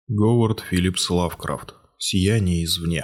Говард Филлипс Лавкрафт. Сияние извне.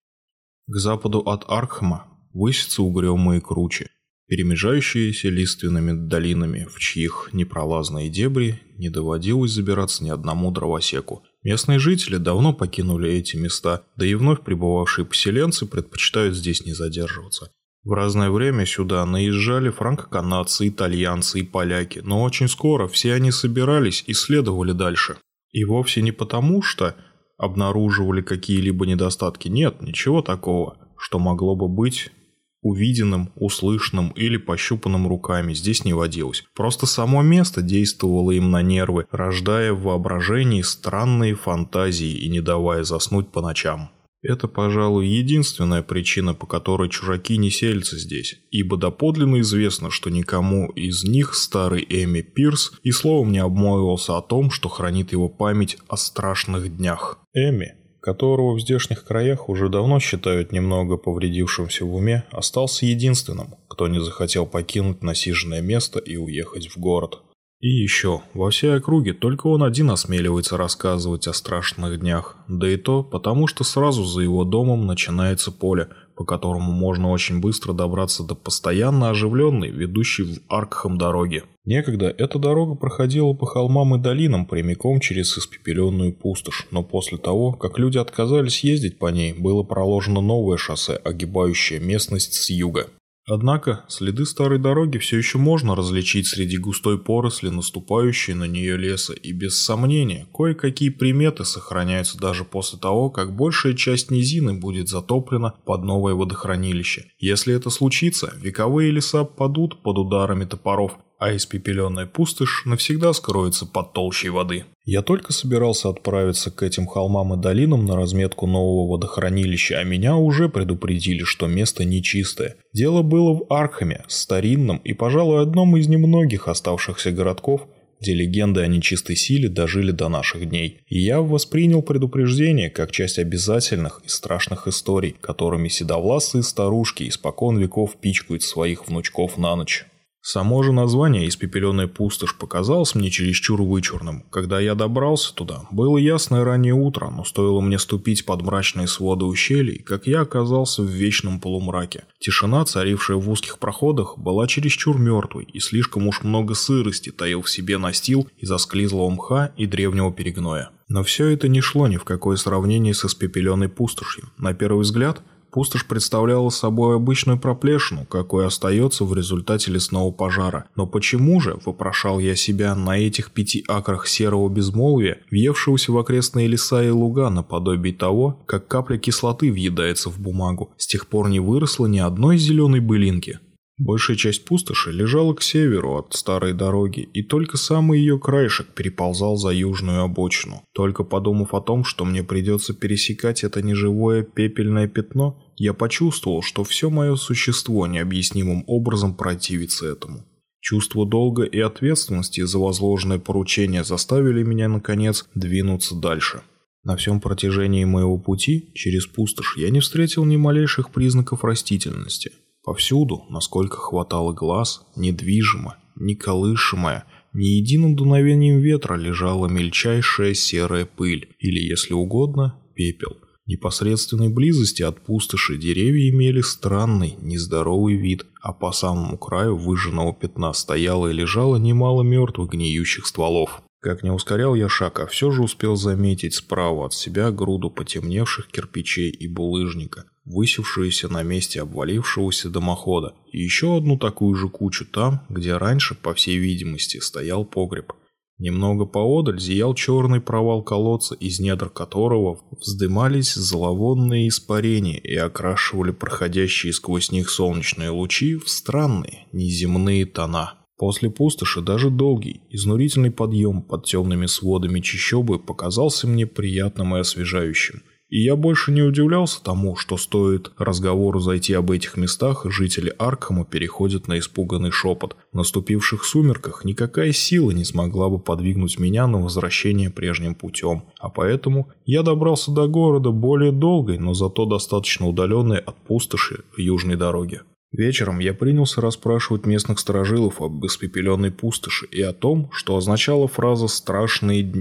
К западу от Аркхема высятся угрюмые кручи, перемежающиеся лиственными долинами, в чьих непролазные дебри не доводилось забираться ни одному дровосеку. Местные жители давно покинули эти места, да и вновь прибывавшие поселенцы предпочитают здесь не задерживаться. В разное время сюда наезжали франко-канадцы, итальянцы и поляки, но очень скоро все они собирались и следовали дальше. И вовсе не потому, что обнаруживали какие-либо недостатки. Нет, ничего такого, что могло бы быть увиденным, услышанным или пощупанным руками, здесь не водилось. Просто само место действовало им на нервы, рождая в воображении странные фантазии и не давая заснуть по ночам. Это, пожалуй, единственная причина, по которой чужаки не селятся здесь, ибо доподлинно известно, что никому из них старый Эми Пирс и словом не обмолвился о том, что хранит его память о страшных днях. Эми, которого в здешних краях уже давно считают немного повредившимся в уме, остался единственным, кто не захотел покинуть насиженное место и уехать в город. И еще, во всей округе только он один осмеливается рассказывать о страшных днях, да и то потому, что сразу за его домом начинается поле, по которому можно очень быстро добраться до постоянно оживленной, ведущей в Аркхем дороги. Некогда эта дорога проходила по холмам и долинам прямиком через испепеленную пустошь, но после того, как люди отказались ездить по ней, было проложено новое шоссе, огибающее местность с юга. Однако следы старой дороги все еще можно различить среди густой поросли, наступающей на нее леса, и без сомнения, кое-какие приметы сохраняются даже после того, как большая часть низины будет затоплена под новое водохранилище. Если это случится, вековые леса падут под ударами топоров, а испепеленная пустошь навсегда скроется под толщей воды. Я только собирался отправиться к этим холмам и долинам на разметку нового водохранилища, а меня уже предупредили, что место нечистое. Дело было в Аркхеме, старинном и, пожалуй, одном из немногих оставшихся городков, где легенды о нечистой силе дожили до наших дней. И я воспринял предупреждение как часть обязательных и страшных историй, которыми седовласые старушки испокон веков пичкают своих внучков на ночь. Само же название «Испепеленная пустошь» показалось мне чересчур вычурным. Когда я добрался туда, было ясное раннее утро, но стоило мне ступить под мрачные своды ущелий, как я оказался в вечном полумраке. Тишина, царившая в узких проходах, была чересчур мертвой, и слишком уж много сырости таил в себе настил из осклизлого мха и древнего перегноя. Но все это не шло ни в какое сравнение с испепеленной пустошью. На первый взгляд, пустошь представляла собой обычную проплешину, какой остается в результате лесного пожара. Но почему же, вопрошал я себя, на этих 5 акрах серого безмолвия, въевшегося в окрестные леса и луга наподобие того, как капля кислоты въедается в бумагу, с тех пор не выросло ни одной зеленой былинки? Большая часть пустоши лежала к северу от старой дороги, и только самый ее краешек переползал за южную обочину. Только подумав о том, что мне придется пересекать это неживое пепельное пятно, я почувствовал, что все мое существо необъяснимым образом противится этому. Чувство долга и ответственности за возложенное поручение заставили меня, наконец, двинуться дальше. На всем протяжении моего пути через пустошь я не встретил ни малейших признаков растительности. Повсюду, насколько хватало глаз, недвижимо, неколышимая, ни единым дуновением ветра лежала мельчайшая серая пыль, или, если угодно, пепел. В непосредственной близости от пустоши деревья имели странный, нездоровый вид, а по самому краю выжженного пятна стояло и лежало немало мертвых гниющих стволов. Как не ускорял я шаг, а все же успел заметить справа от себя груду потемневших кирпичей и булыжника, высевшуюся на месте обвалившегося дымохода, и еще одну такую же кучу там, где раньше, по всей видимости, стоял погреб. Немного поодаль зиял черный провал колодца, из недр которого вздымались зловонные испарения и окрашивали проходящие сквозь них солнечные лучи в странные, неземные тона. После пустоши даже долгий, изнурительный подъем под темными сводами чащобы показался мне приятным и освежающим. И я больше не удивлялся тому, что стоит разговору зайти об этих местах, жители Аркхема переходят на испуганный шепот. В наступивших сумерках никакая сила не смогла бы подвигнуть меня на возвращение прежним путем. А поэтому я добрался до города более долгой, но зато достаточно удаленной от пустоши южной дороги. Вечером я принялся расспрашивать местных сторожилов об испепеленной пустоши и о том, что означала фраза «страшные дни». В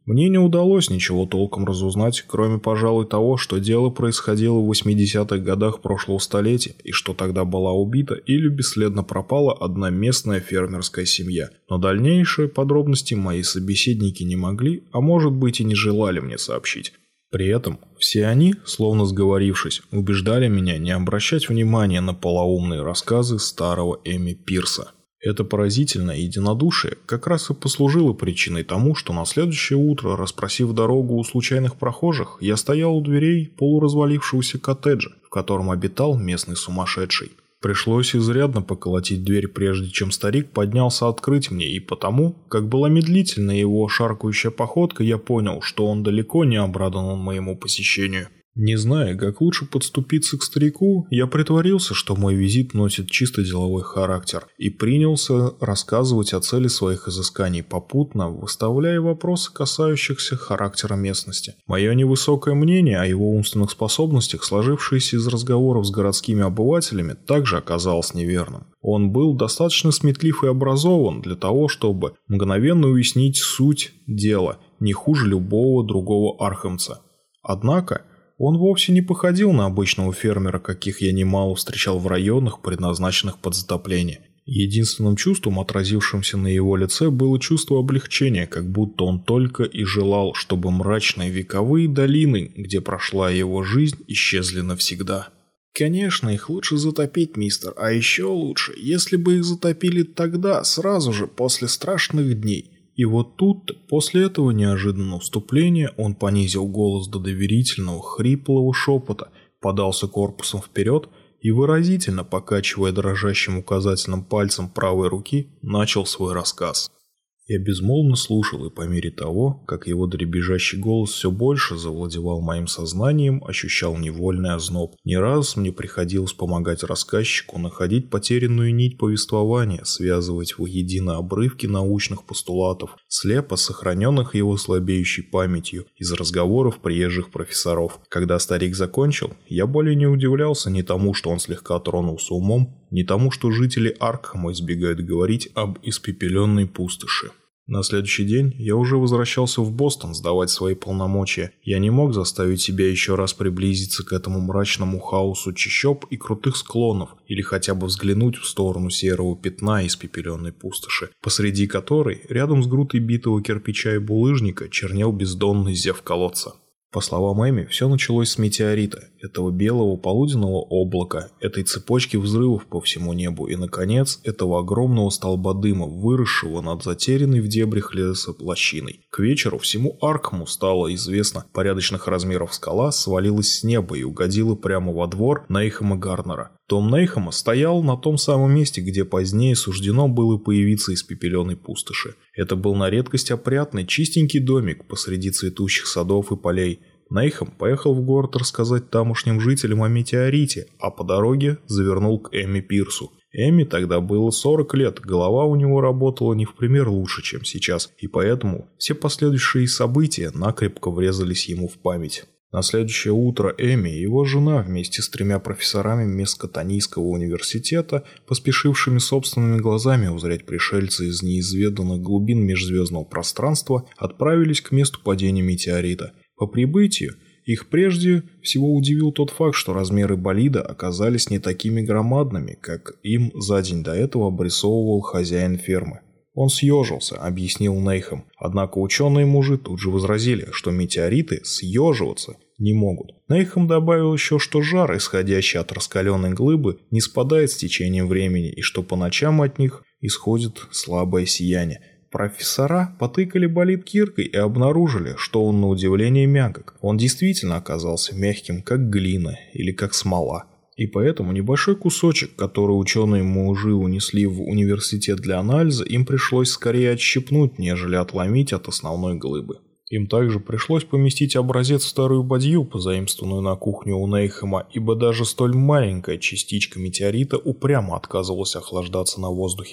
Мне не удалось ничего толком разузнать, кроме, пожалуй, того, что дело происходило в 80-х годах прошлого столетия, и что тогда была убита или бесследно пропала одна местная фермерская семья. Но дальнейшие подробности мои собеседники не могли, а может быть и не желали мне сообщить. При этом все они, словно сговорившись, убеждали меня не обращать внимания на полоумные рассказы старого Эми Пирса. Это поразительное единодушие как раз и послужило причиной тому, что на следующее утро, расспросив дорогу у случайных прохожих, я стоял у дверей полуразвалившегося коттеджа, в котором обитал местный сумасшедший. Пришлось изрядно поколотить дверь, прежде чем старик поднялся открыть мне, и потому, как была медлительна его шаркающая походка, я понял, что он далеко не обрадован моему посещению. Не зная, как лучше подступиться к старику, я притворился, что мой визит носит чисто деловой характер, и принялся рассказывать о цели своих изысканий, попутно выставляя вопросы, касающихся характера местности. Мое невысокое мнение о его умственных способностях, сложившееся из разговоров с городскими обывателями, также оказалось неверным. Он был достаточно сметлив и образован для того, чтобы мгновенно уяснить суть дела, не хуже любого другого архамца. Однако он вовсе не походил на обычного фермера, каких я немало встречал в районах, предназначенных под затопление. Единственным чувством, отразившимся на его лице, было чувство облегчения, как будто он только и желал, чтобы мрачные вековые долины, где прошла его жизнь, исчезли навсегда. «Конечно, их лучше затопить, мистер, а еще лучше, если бы их затопили тогда, сразу же, после страшных дней». И вот тут, после этого неожиданного вступления, он понизил голос до доверительного, хриплого шепота, подался корпусом вперед и, выразительно покачивая дрожащим указательным пальцем правой руки, начал свой рассказ. Я безмолвно слушал, и по мере того, как его дребезжащий голос все больше завладевал моим сознанием, ощущал невольный озноб. Не раз мне приходилось помогать рассказчику находить потерянную нить повествования, связывать воедино обрывки научных постулатов, слепо сохраненных его слабеющей памятью из разговоров приезжих профессоров. Когда старик закончил, я более не удивлялся ни тому, что он слегка тронулся умом, ни тому, что жители Аркхема избегают говорить об испепеленной пустоши. На следующий день я уже возвращался в Бостон сдавать свои полномочия. Я не мог заставить себя еще раз приблизиться к этому мрачному хаосу чащоб и крутых склонов, или хотя бы взглянуть в сторону серого пятна испепеленной пустоши, посреди которой, рядом с грудой битого кирпича и булыжника, чернел бездонный зев колодца. По словам Эми, все началось с метеорита, этого белого полуденного облака, этой цепочки взрывов по всему небу и, наконец, этого огромного столба дыма, выросшего над затерянной в дебрях леса лощиной. К вечеру всему Аркхему стало известно, порядочных размеров скала свалилась с неба и угодила прямо во двор Нейхема Гарнера. Дом Нейхема стоял на том самом месте, где позднее суждено было появиться испепеленной пустоши. Это был на редкость опрятный, чистенький домик посреди цветущих садов и полей. Нейхем поехал в город рассказать тамошним жителям о метеорите, а по дороге завернул к Эми Пирсу. Эми тогда было 40 лет, голова у него работала не в пример лучше, чем сейчас, и поэтому все последующие события накрепко врезались ему в память. На следующее утро Эми и его жена вместе с 3 профессорами Мескотонийского университета, поспешившими собственными глазами узреть пришельца из неизведанных глубин межзвездного пространства, отправились к месту падения метеорита. По прибытию их прежде всего удивил тот факт, что размеры болида оказались не такими громадными, как им за день до этого обрисовывал хозяин фермы. Он съежился, объяснил Нейхем, однако ученые-мужи тут же возразили, что метеориты съеживаться не могут. Нейхем добавил еще, что жар, исходящий от раскаленной глыбы, не спадает с течением времени и что по ночам от них исходит слабое сияние. Профессора потыкали болид киркой и обнаружили, что он на удивление мягок. Он действительно оказался мягким, как глина или как смола. И поэтому небольшой кусочек, который ученые-мужи унесли в университет для анализа, им пришлось скорее отщипнуть, нежели отломить от основной глыбы. Им также пришлось поместить образец в старую бадью, позаимствованную на кухню у Нейхема, ибо даже столь маленькая частичка метеорита упрямо отказывалась охлаждаться на воздухе.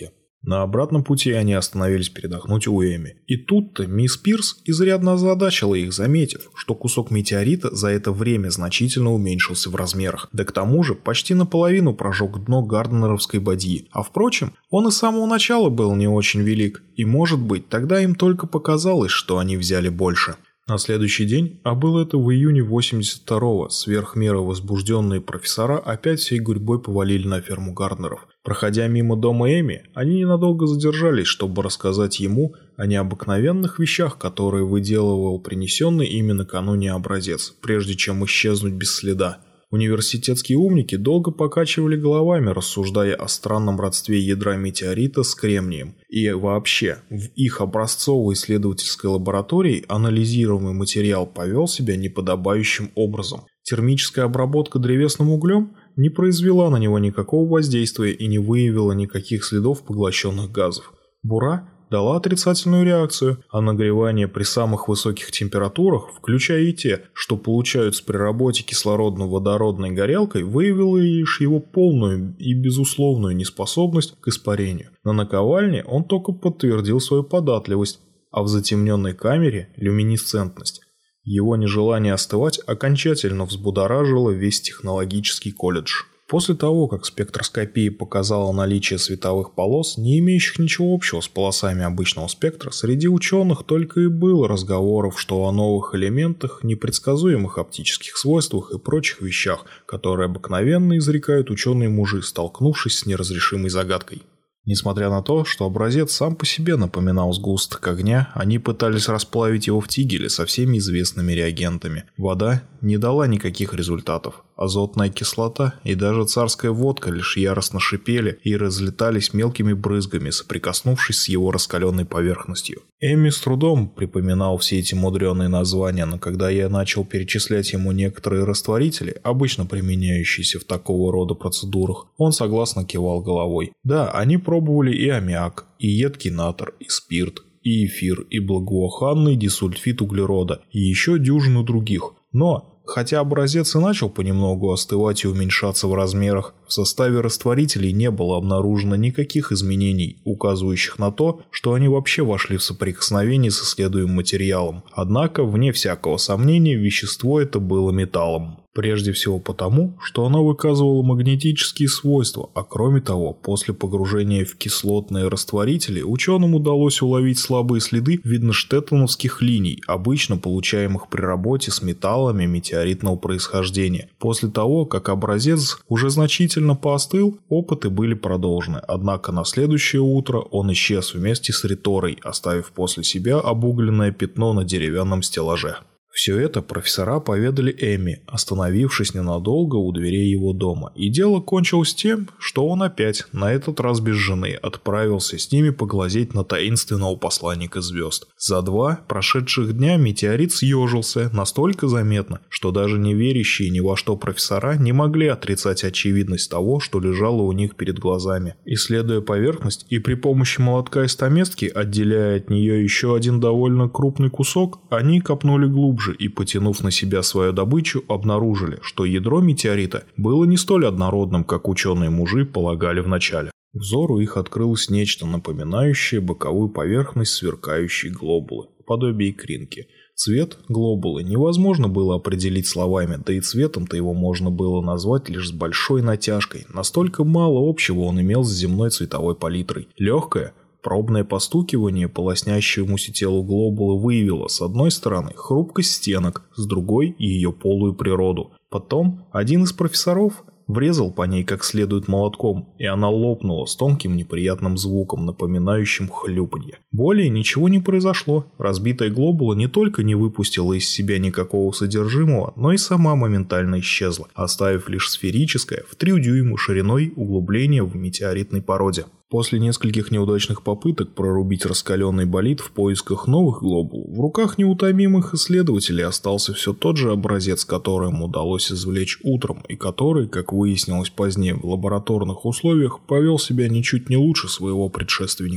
На обратном пути они остановились передохнуть у Эми. И тут-то мисс Пирс изрядно озадачила их, заметив, что кусок метеорита за это время значительно уменьшился в размерах. Да к тому же почти наполовину прожег дно гарднеровской бадьи. А впрочем, он и с самого начала был не очень велик. И может быть, тогда им только показалось, что они взяли больше. На следующий день, а было это в июне 82-го, сверх меры возбужденные профессора опять всей гурьбой повалили на ферму Гарднеров. Проходя мимо дома Эми, они ненадолго задержались, чтобы рассказать ему о необыкновенных вещах, которые выделывал принесенный ими накануне образец, прежде чем исчезнуть без следа. Университетские умники долго покачивали головами, рассуждая о странном родстве ядра метеорита с кремнием. И вообще, в их образцово-исследовательской лаборатории анализируемый материал повел себя неподобающим образом. Термическая обработка древесным углем не произвела на него никакого воздействия и не выявила никаких следов поглощенных газов. Бура дала отрицательную реакцию, а нагревание при самых высоких температурах, включая и те, что получаются при работе кислородно-водородной горелкой, выявило лишь его полную и безусловную неспособность к испарению. На наковальне он только подтвердил свою податливость, а в затемненной камере – люминесцентность. Его нежелание остывать окончательно взбудоражило весь технологический колледж. После того, как спектроскопия показала наличие световых полос, не имеющих ничего общего с полосами обычного спектра, среди ученых только и было разговоров, что о новых элементах, непредсказуемых оптических свойствах и прочих вещах, которые обыкновенно изрекают ученые-мужи, столкнувшись с неразрешимой загадкой. Несмотря на то, что образец сам по себе напоминал сгусток огня, они пытались расплавить его в тигеле со всеми известными реагентами. Вода не дала никаких результатов. Азотная кислота и даже царская водка лишь яростно шипели и разлетались мелкими брызгами, соприкоснувшись с его раскаленной поверхностью. Эми с трудом припоминал все эти мудреные названия, но когда я начал перечислять ему некоторые растворители, обычно применяющиеся в такого рода процедурах, он согласно кивал головой. Да, они пробовали и аммиак, и едкий натр, и спирт, и эфир, и благоуханный дисульфид углерода, и еще дюжину других. Но хотя образец и начал понемногу остывать и уменьшаться в размерах, в составе растворителей не было обнаружено никаких изменений, указывающих на то, что они вообще вошли в соприкосновение с исследуемым материалом. Однако, вне всякого сомнения, вещество это было металлом. Прежде всего потому, что оно выказывало магнетические свойства, а кроме того, после погружения в кислотные растворители ученым удалось уловить слабые следы видноштеттеновских линий, обычно получаемых при работе с металлами метеоритного происхождения. После того, как образец уже значительно поостыл, опыты были продолжены, однако на следующее утро он исчез вместе с риторой, оставив после себя обугленное пятно на деревянном стеллаже. Все это профессора поведали Эми, остановившись ненадолго у дверей его дома. И дело кончилось тем, что он опять, на этот раз без жены, отправился с ними поглазеть на таинственного посланника звезд. За 2 прошедших дня метеорит съежился настолько заметно, что даже не верящие ни во что профессора не могли отрицать очевидность того, что лежало у них перед глазами. Исследуя поверхность и при помощи молотка и стамески, отделяя от нее еще один довольно крупный кусок, они копнули глубже и, потянув на себя свою добычу, обнаружили, что ядро метеорита было не столь однородным, как ученые-мужи полагали вначале. Взору их открылось нечто, напоминающее боковую поверхность сверкающей глобулы, подобие икринки. Цвет глобулы невозможно было определить словами, да и цветом-то его можно было назвать лишь с большой натяжкой, настолько мало общего он имел с земной цветовой палитрой. Легкое, пробное постукивание по лоснящемуся телу глобулы выявило, с одной стороны, хрупкость стенок, с другой – ее полую природу. Потом один из профессоров врезал по ней как следует молотком, и она лопнула с тонким неприятным звуком, напоминающим хлюпанье. Более ничего не произошло. Разбитая глобула не только не выпустила из себя никакого содержимого, но и сама моментально исчезла, оставив лишь сферическое в 3 дюйма шириной углубление в метеоритной породе. После нескольких неудачных попыток прорубить раскаленный болид в поисках новых глобул, в руках неутомимых исследователей остался все тот же образец, который им удалось извлечь утром, и который, как выяснилось позднее в лабораторных условиях, повел себя ничуть не лучше своего предшественника.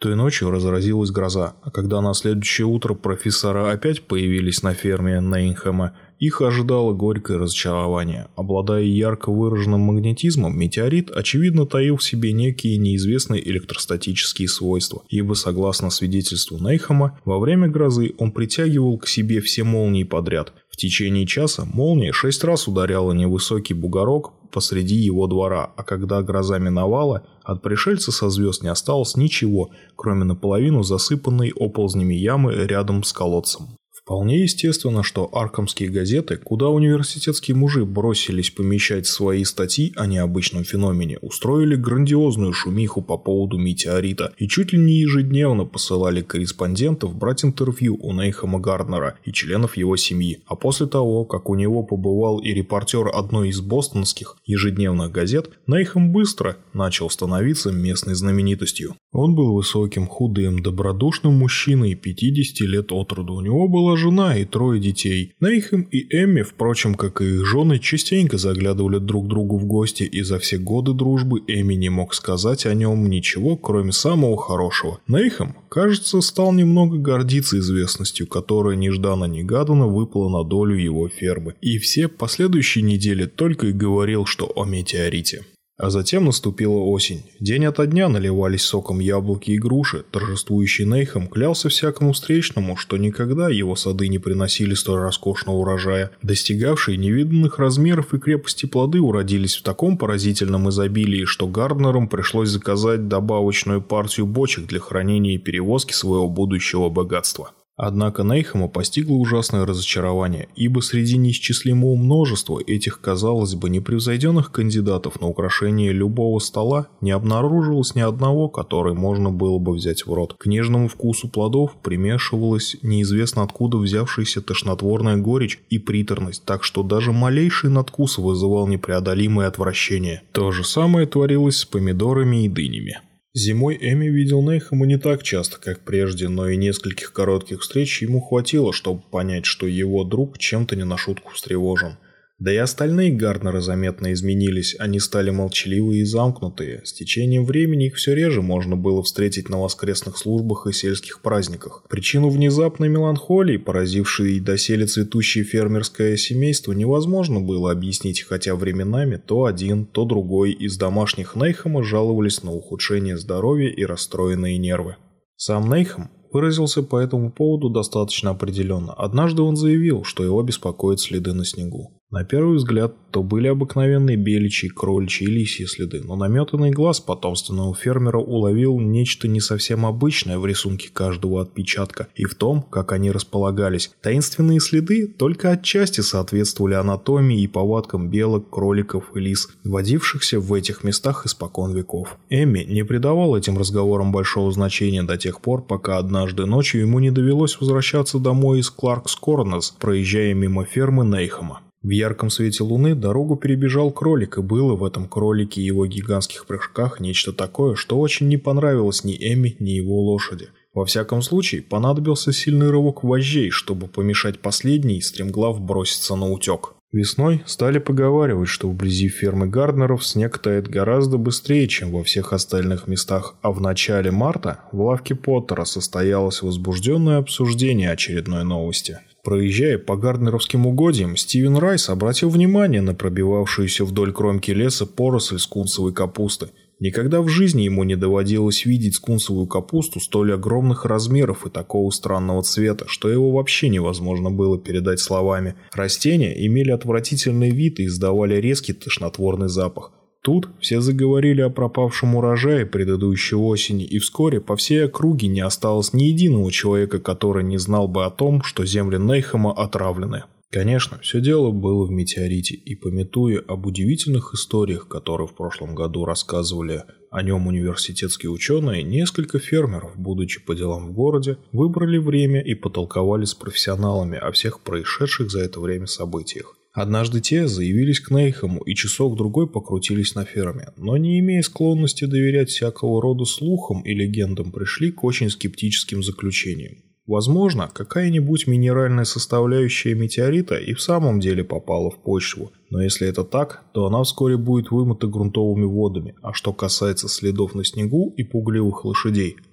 Той ночью разразилась гроза, а когда на следующее утро профессора опять появились на ферме Нейнхэма, их ожидало горькое разочарование. Обладая ярко выраженным магнетизмом, метеорит, очевидно, таил в себе некие неизвестные электростатические свойства, ибо, согласно свидетельству Нейнхэма, во время грозы он притягивал к себе все молнии подряд. В течение часа молния 6 раз ударяла невысокий бугорок посреди его двора, а когда гроза миновала, от пришельца со звезд не осталось ничего, кроме наполовину засыпанной оползнями ямы рядом с колодцем. Вполне естественно, что аркхамские газеты, куда университетские мужи бросились помещать свои статьи о необычном феномене, устроили грандиозную шумиху по поводу метеорита и чуть ли не ежедневно посылали корреспондентов брать интервью у Нейнхэма Гарднера и членов его семьи. А после того, как у него побывал и репортер одной из бостонских ежедневных газет, Нейнхэм быстро начал становиться местной знаменитостью. Он был высоким, худым, добродушным мужчиной 50 лет от роду. У него была жена и 3 детей. Нейнхэм и Эмми, впрочем, как и их жены, частенько заглядывали друг к другу в гости, и за все годы дружбы Эмми не мог сказать о нем ничего, кроме самого хорошего. Нейнхэм, кажется, стал немного гордиться известностью, которая нежданно-негаданно выпала на долю его фермы. И все последующие недели только и говорил, что о метеорите. А затем наступила осень. День ото дня наливались соком яблоки и груши. Торжествующий Нейнхэм клялся всякому встречному, что никогда его сады не приносили столь роскошного урожая. Достигавшие невиданных размеров и крепости плоды уродились в таком поразительном изобилии, что Гарднерам пришлось заказать добавочную партию бочек для хранения и перевозки своего будущего богатства. Однако Нейнхэма постигло ужасное разочарование, ибо среди неисчислимого множества этих, казалось бы, непревзойденных кандидатов на украшение любого стола не обнаружилось ни одного, который можно было бы взять в рот. К нежному вкусу плодов примешивалась неизвестно откуда взявшаяся тошнотворная горечь и приторность, так что даже малейший надкус вызывал непреодолимое отвращение. То же самое творилось с помидорами и дынями. Зимой Эмми видел Нейнхэма не так часто, как прежде, но и нескольких коротких встреч ему хватило, чтобы понять, что его друг чем-то не на шутку встревожен. Да и остальные Гарднеры заметно изменились, они стали молчаливые и замкнутые. С течением времени их все реже можно было встретить на воскресных службах и сельских праздниках. Причину внезапной меланхолии, поразившей доселе цветущее фермерское семейство, невозможно было объяснить, хотя временами то один, то другой из домашних Нейнхэма жаловались на ухудшение здоровья и расстроенные нервы. Сам Нейнхэм выразился по этому поводу достаточно определенно. Однажды он заявил, что его беспокоят следы на снегу. На первый взгляд, то были обыкновенные беличьи, кроличьи и лисьи следы, но наметанный глаз потомственного фермера уловил нечто не совсем обычное в рисунке каждого отпечатка и в том, как они располагались. Таинственные следы только отчасти соответствовали анатомии и повадкам белок, кроликов и лис, водившихся в этих местах испокон веков. Эмми не придавал этим разговорам большого значения до тех пор, пока однажды ночью ему не довелось возвращаться домой из Кларкс-Корнерс, проезжая мимо фермы Нейнхэма. В ярком свете луны дорогу перебежал кролик, и было в этом кролике и его гигантских прыжках нечто такое, что очень не понравилось ни Эмми, ни его лошади. Во всяком случае, понадобился сильный рывок вожжей, чтобы помешать последней стремглав броситься на утек. Весной стали поговаривать, что вблизи фермы Гарднеров снег тает гораздо быстрее, чем во всех остальных местах, а в начале марта в лавке Поттера состоялось возбужденное обсуждение очередной новости. Проезжая по гарднеровским угодьям, Стивен Райс обратил внимание на пробивавшуюся вдоль кромки леса поросль скунсовой капусты. Никогда в жизни ему не доводилось видеть скунсовую капусту столь огромных размеров и такого странного цвета, что его вообще невозможно было передать словами. Растения имели отвратительный вид и издавали резкий тошнотворный запах. Тут все заговорили о пропавшем урожае предыдущей осени, и вскоре по всей округе не осталось ни единого человека, который не знал бы о том, что земли Нейнхэма отравлены. Конечно, все дело было в метеорите, и памятуя об удивительных историях, которые в прошлом году рассказывали о нем университетские ученые, несколько фермеров, будучи по делам в городе, выбрали время и потолковали с профессионалами о всех происшедших за это время событиях. Однажды те заявились к Нейнхэму и часок-другой покрутились на ферме, но не имея склонности доверять всякого рода слухам и легендам, пришли к очень скептическим заключениям. Возможно, какая-нибудь минеральная составляющая метеорита и в самом деле попала в почву, но если это так, то она вскоре будет вымыта грунтовыми водами, а что касается следов на снегу и пугливых лошадей,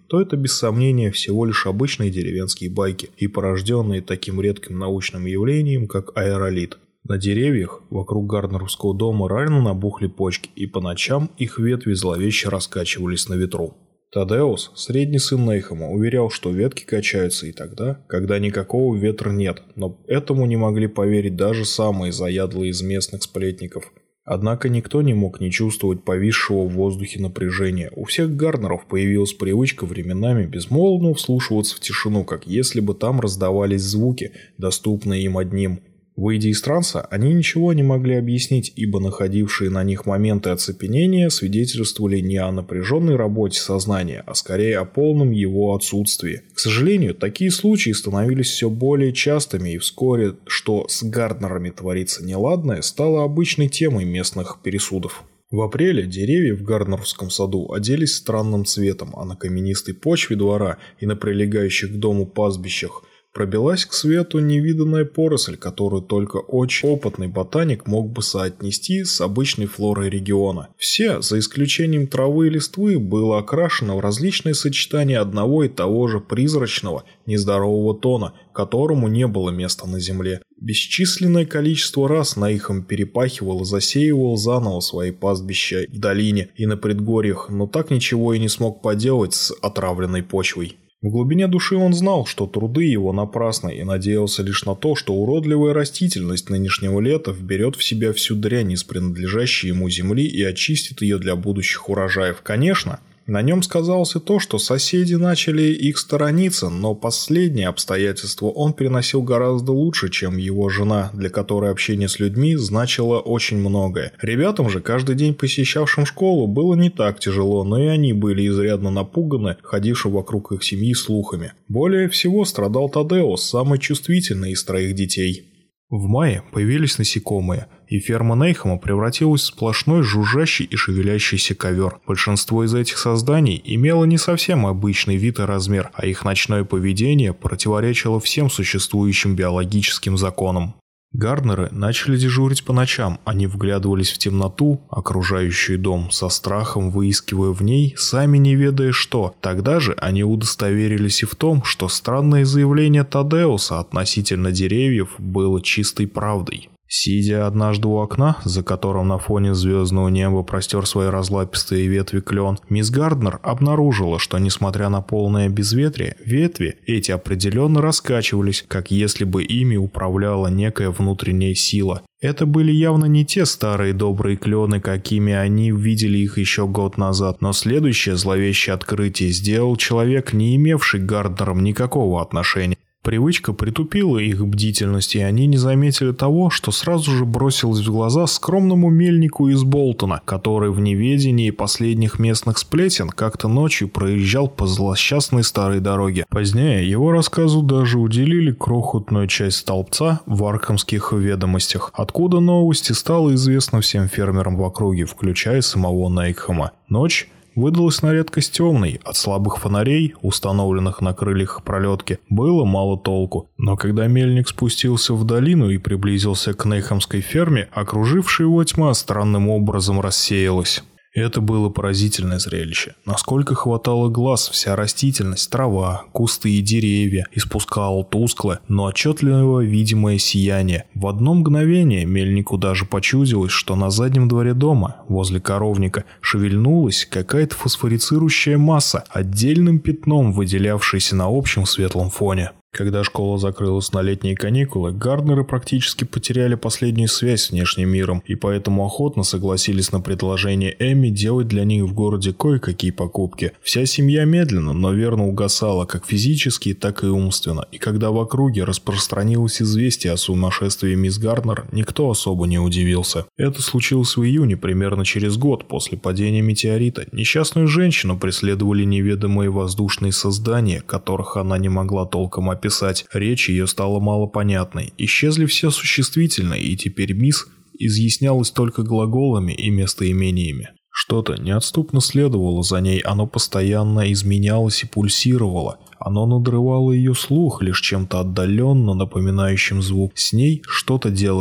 то это без сомнения всего лишь обычные деревенские байки и порожденные таким редким научным явлением, как аэролит. На деревьях вокруг Гарднеровского дома рано набухли почки, и по ночам их ветви зловеще раскачивались на ветру. Тадеус, средний сын Нейхема, уверял, что ветки качаются и тогда, когда никакого ветра нет, но этому не могли поверить даже самые заядлые из местных сплетников. Однако никто не мог не чувствовать повисшего в воздухе напряжения. У всех Гарднеров появилась привычка временами безмолвно вслушиваться в тишину, как если бы там раздавались звуки, доступные им одним. Выйдя из транса, они ничего не могли объяснить, ибо находившие на них моменты оцепенения свидетельствовали не о напряженной работе сознания, а скорее о полном его отсутствии. К сожалению, такие случаи становились все более частыми, и вскоре, что с Гарднерами творится неладное, стало обычной темой местных пересудов. В апреле деревья в Гарднеровском саду оделись странным цветом, а на каменистой почве двора и на прилегающих к дому пастбищах пробилась к свету невиданная поросль, которую только очень опытный ботаник мог бы соотнести с обычной флорой региона. Все, за исключением травы и листвы, было окрашено в различные сочетания одного и того же призрачного, нездорового тона, которому не было места на земле. Бесчисленное количество раз Нейхем перепахивал и засеивал заново свои пастбища в долине и на предгорьях, но так ничего и не смог поделать с отравленной почвой. В глубине души он знал, что труды его напрасны, и надеялся лишь на то, что уродливая растительность нынешнего лета вберет в себя всю дрянь из принадлежащей ему земли и очистит ее для будущих урожаев. Конечно, на нем сказалось и то, что соседи начали их сторониться, но последнее обстоятельство он переносил гораздо лучше, чем его жена, для которой общение с людьми значило очень многое. Ребятам же, каждый день посещавшим школу, было не так тяжело, но и они были изрядно напуганы ходившим вокруг их семьи слухами. Более всего страдал Тадеус, самый чувствительный из троих детей. В мае появились насекомые, и ферма Нейхема превратилась в сплошной жужжащий и шевелящийся ковер. Большинство из этих созданий имело не совсем обычный вид и размер, а их ночное поведение противоречило всем существующим биологическим законам. Гарднеры начали дежурить по ночам, они вглядывались в темноту, окружающую дом, со страхом выискивая в ней, сами не ведая что. Тогда же они удостоверились и в том, что странное заявление Тадеуса относительно деревьев было чистой правдой. Сидя однажды у окна, за которым на фоне звездного неба простер свои разлапистые ветви клен, мисс Гарднер обнаружила, что, несмотря на полное безветрие, ветви эти определенно раскачивались, как если бы ими управляла некая внутренняя сила. Это были явно не те старые добрые клены, какими они видели их еще год назад, но следующее зловещее открытие сделал человек, не имевший к Гарднерам никакого отношения. Привычка притупила их бдительность, и они не заметили того, что сразу же бросилось в глаза скромному мельнику из Болтона, который в неведении последних местных сплетен как-то ночью проезжал по злосчастной старой дороге. Позднее его рассказу даже уделили крохотную часть столбца в Аркхамских ведомостях, откуда новости стало известно всем фермерам в округе, включая самого Нейхема. Ночь выдалась на редкость темной, от слабых фонарей, установленных на крыльях пролетки, было мало толку. Но когда мельник спустился в долину и приблизился к Нейхемской ферме, окружившая его тьма странным образом рассеялась. Это было поразительное зрелище. Насколько хватало глаз, вся растительность, трава, кусты и деревья испускала тусклое, но отчетливо видимое сияние. В одно мгновение мельнику даже почудилось, что на заднем дворе дома, возле коровника, шевельнулась какая-то фосфорицирующая масса, отдельным пятном выделявшаяся на общем светлом фоне. Когда школа закрылась на летние каникулы, Гарднеры практически потеряли последнюю связь с внешним миром и поэтому охотно согласились на предложение Эмми делать для них в городе кое-какие покупки. Вся семья медленно, но верно угасала как физически, так и умственно, и когда в округе распространилось известие о сумасшествии мисс Гарднер, никто особо не удивился. Это случилось в июне, примерно через год после падения метеорита. Несчастную женщину преследовали неведомые воздушные создания, которых она не могла толком описать. Речь ее стала малопонятной. Исчезли все существительные, и теперь мисс изъяснялась только глаголами и местоимениями. Что-то неотступно следовало за ней, оно постоянно изменялось и пульсировало. Оно надрывало ее слух лишь чем-то отдаленно напоминающим звук. С ней что-то делали.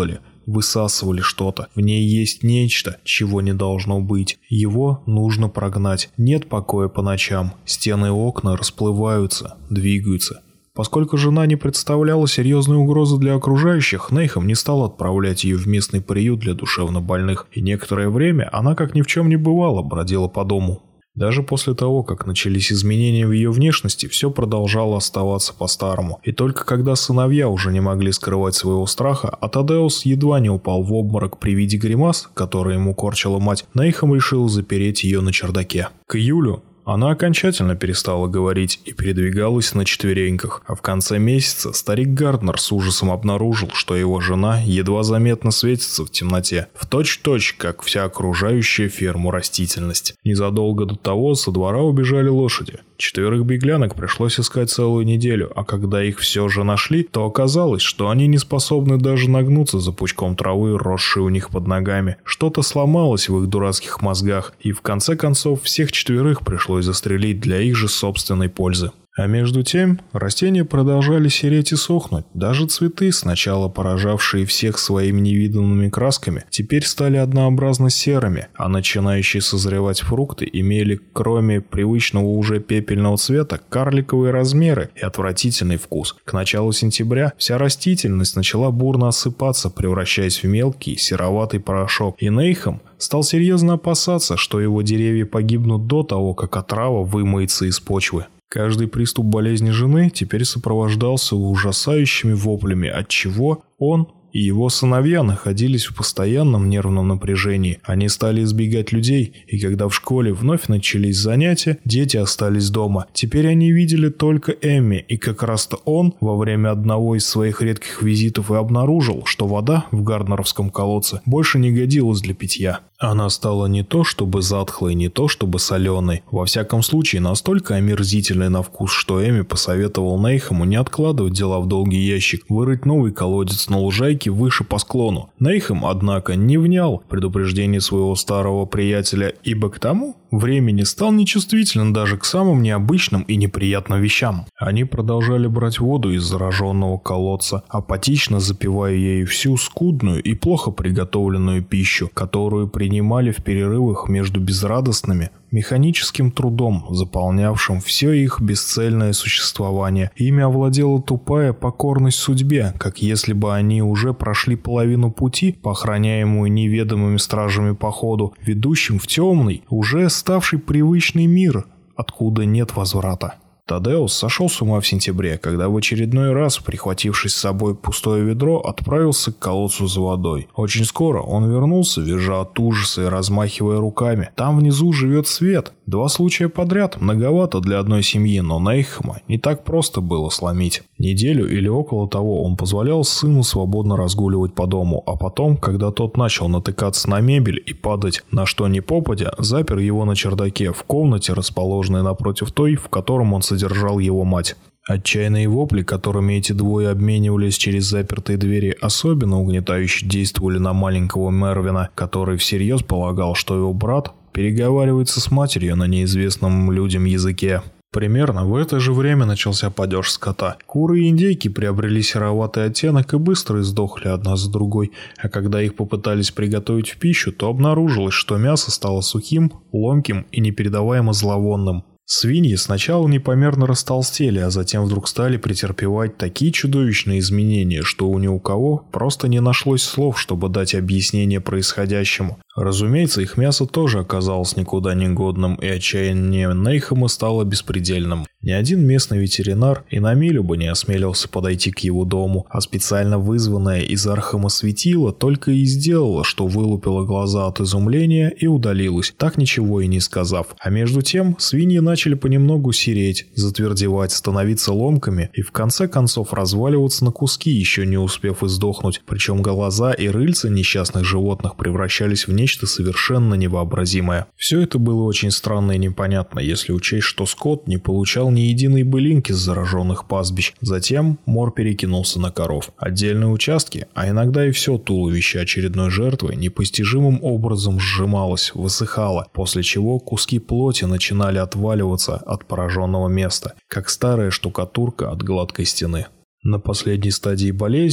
высасывали что-то. В ней есть нечто, чего не должно быть. Его нужно прогнать. Нет покоя по ночам. Стены и окна расплываются, двигаются. Поскольку жена не представляла серьезной угрозы для окружающих, Нейхам не стал отправлять ее в местный приют для душевнобольных, и некоторое время она, как ни в чем не бывало, бродила по дому. Даже после того, как начались изменения в ее внешности, все продолжало оставаться по-старому. И только когда сыновья уже не могли скрывать своего страха, а Тадеус едва не упал в обморок при виде гримас, которые ему корчила мать, Нейхам решил запереть ее на чердаке. К июлю она окончательно перестала говорить и передвигалась на четвереньках, а в конце месяца старик Гарднер с ужасом обнаружил, что его жена едва заметно светится в темноте, в точь-в-точь, как вся окружающая ферму растительность. Незадолго до того со двора убежали лошади. 4 беглянок пришлось искать целую неделю, а когда их все же нашли, то оказалось, что они не способны даже нагнуться за пучком травы, росшей у них под ногами. Что-то сломалось в их дурацких мозгах, и в конце концов всех 4 пришлось застрелить для их же собственной пользы. А между тем, растения продолжали сереть и сохнуть. Даже цветы, сначала поражавшие всех своими невиданными красками, теперь стали однообразно серыми, а начинающие созревать фрукты имели, кроме привычного уже пепельного цвета, карликовые размеры и отвратительный вкус. К началу сентября вся растительность начала бурно осыпаться, превращаясь в мелкий сероватый порошок, и Нейхам стал серьезно опасаться, что его деревья погибнут до того, как отрава вымоется из почвы. Каждый приступ болезни жены теперь сопровождался ужасающими воплями, отчего он и его сыновья находились в постоянном нервном напряжении. Они стали избегать людей, и когда в школе вновь начались занятия, дети остались дома. Теперь они видели только Эмми, и как раз-то он во время одного из своих редких визитов и обнаружил, что вода в гарднеровском колодце больше не годилась для питья. Она стала не то чтобы затхлой, не то чтобы соленой. Во всяком случае, настолько омерзительной на вкус, что Эмми посоветовал Нейхаму не откладывать дела в долгий ящик, вырыть новый колодец на лужайке выше по склону. Нейхам, однако, не внял предупреждению своего старого приятеля, ибо к тому времени стал нечувствителен даже к самым необычным и неприятным вещам. Они продолжали брать воду из зараженного колодца, апатично запивая ею всю скудную и плохо приготовленную пищу, которую принимали в перерывах между безрадостными механическим трудом, заполнявшим все их бесцельное существование. Ими овладела тупая покорность судьбе, как если бы они уже прошли половину пути, по охраняемую неведомыми стражами походу, ведущим в темный, уже ставший привычный мир, откуда нет возврата. Тадеус сошел с ума в сентябре, когда в очередной раз, прихватившись с собой пустое ведро, отправился к колодцу за водой. Очень скоро он вернулся, визжа от ужаса и размахивая руками. Там внизу живет свет. 2 случая подряд, многовато для одной семьи, но Нейхама не так просто было сломить. Неделю или около того он позволял сыну свободно разгуливать по дому, а потом, когда тот начал натыкаться на мебель и падать на что ни попадя, запер его на чердаке в комнате, расположенной напротив той, в котором он содержал его мать. Отчаянные вопли, которыми эти двое обменивались через запертые двери, особенно угнетающе действовали на маленького Мервина, который всерьез полагал, что его брат переговаривается с матерью на неизвестном людям языке. Примерно в это же время начался падеж скота. Куры и индейки приобрели сероватый оттенок и быстро издохли одна за другой, а когда их попытались приготовить в пищу, то обнаружилось, что мясо стало сухим, ломким и непередаваемо зловонным. Свиньи сначала непомерно растолстели, а затем вдруг стали претерпевать такие чудовищные изменения, что у ни у кого просто не нашлось слов, чтобы дать объяснение происходящему. Разумеется, их мясо тоже оказалось никуда не годным, и отчаяние Нейхама стало беспредельным. Ни один местный ветеринар и на милю бы не осмелился подойти к его дому, а специально вызванное из Архама светило только и сделало, что вылупило глаза от изумления и удалилось, так ничего и не сказав. А между тем свиньи начали понемногу сереть, затвердевать, становиться ломками и в конце концов разваливаться на куски, еще не успев издохнуть, причем глаза и рыльца несчастных животных превращались в нечто совершенно невообразимое. Все это было очень странно и непонятно, если учесть, что скот не получал ни единой былинки с зараженных пастбищ. Затем мор перекинулся на коров. Отдельные участки, а иногда и все туловище очередной жертвы непостижимым образом сжималось, высыхало, после чего куски плоти начинали отваливаться от пораженного места, как старая штукатурка от гладкой стены. На последней стадии болезни,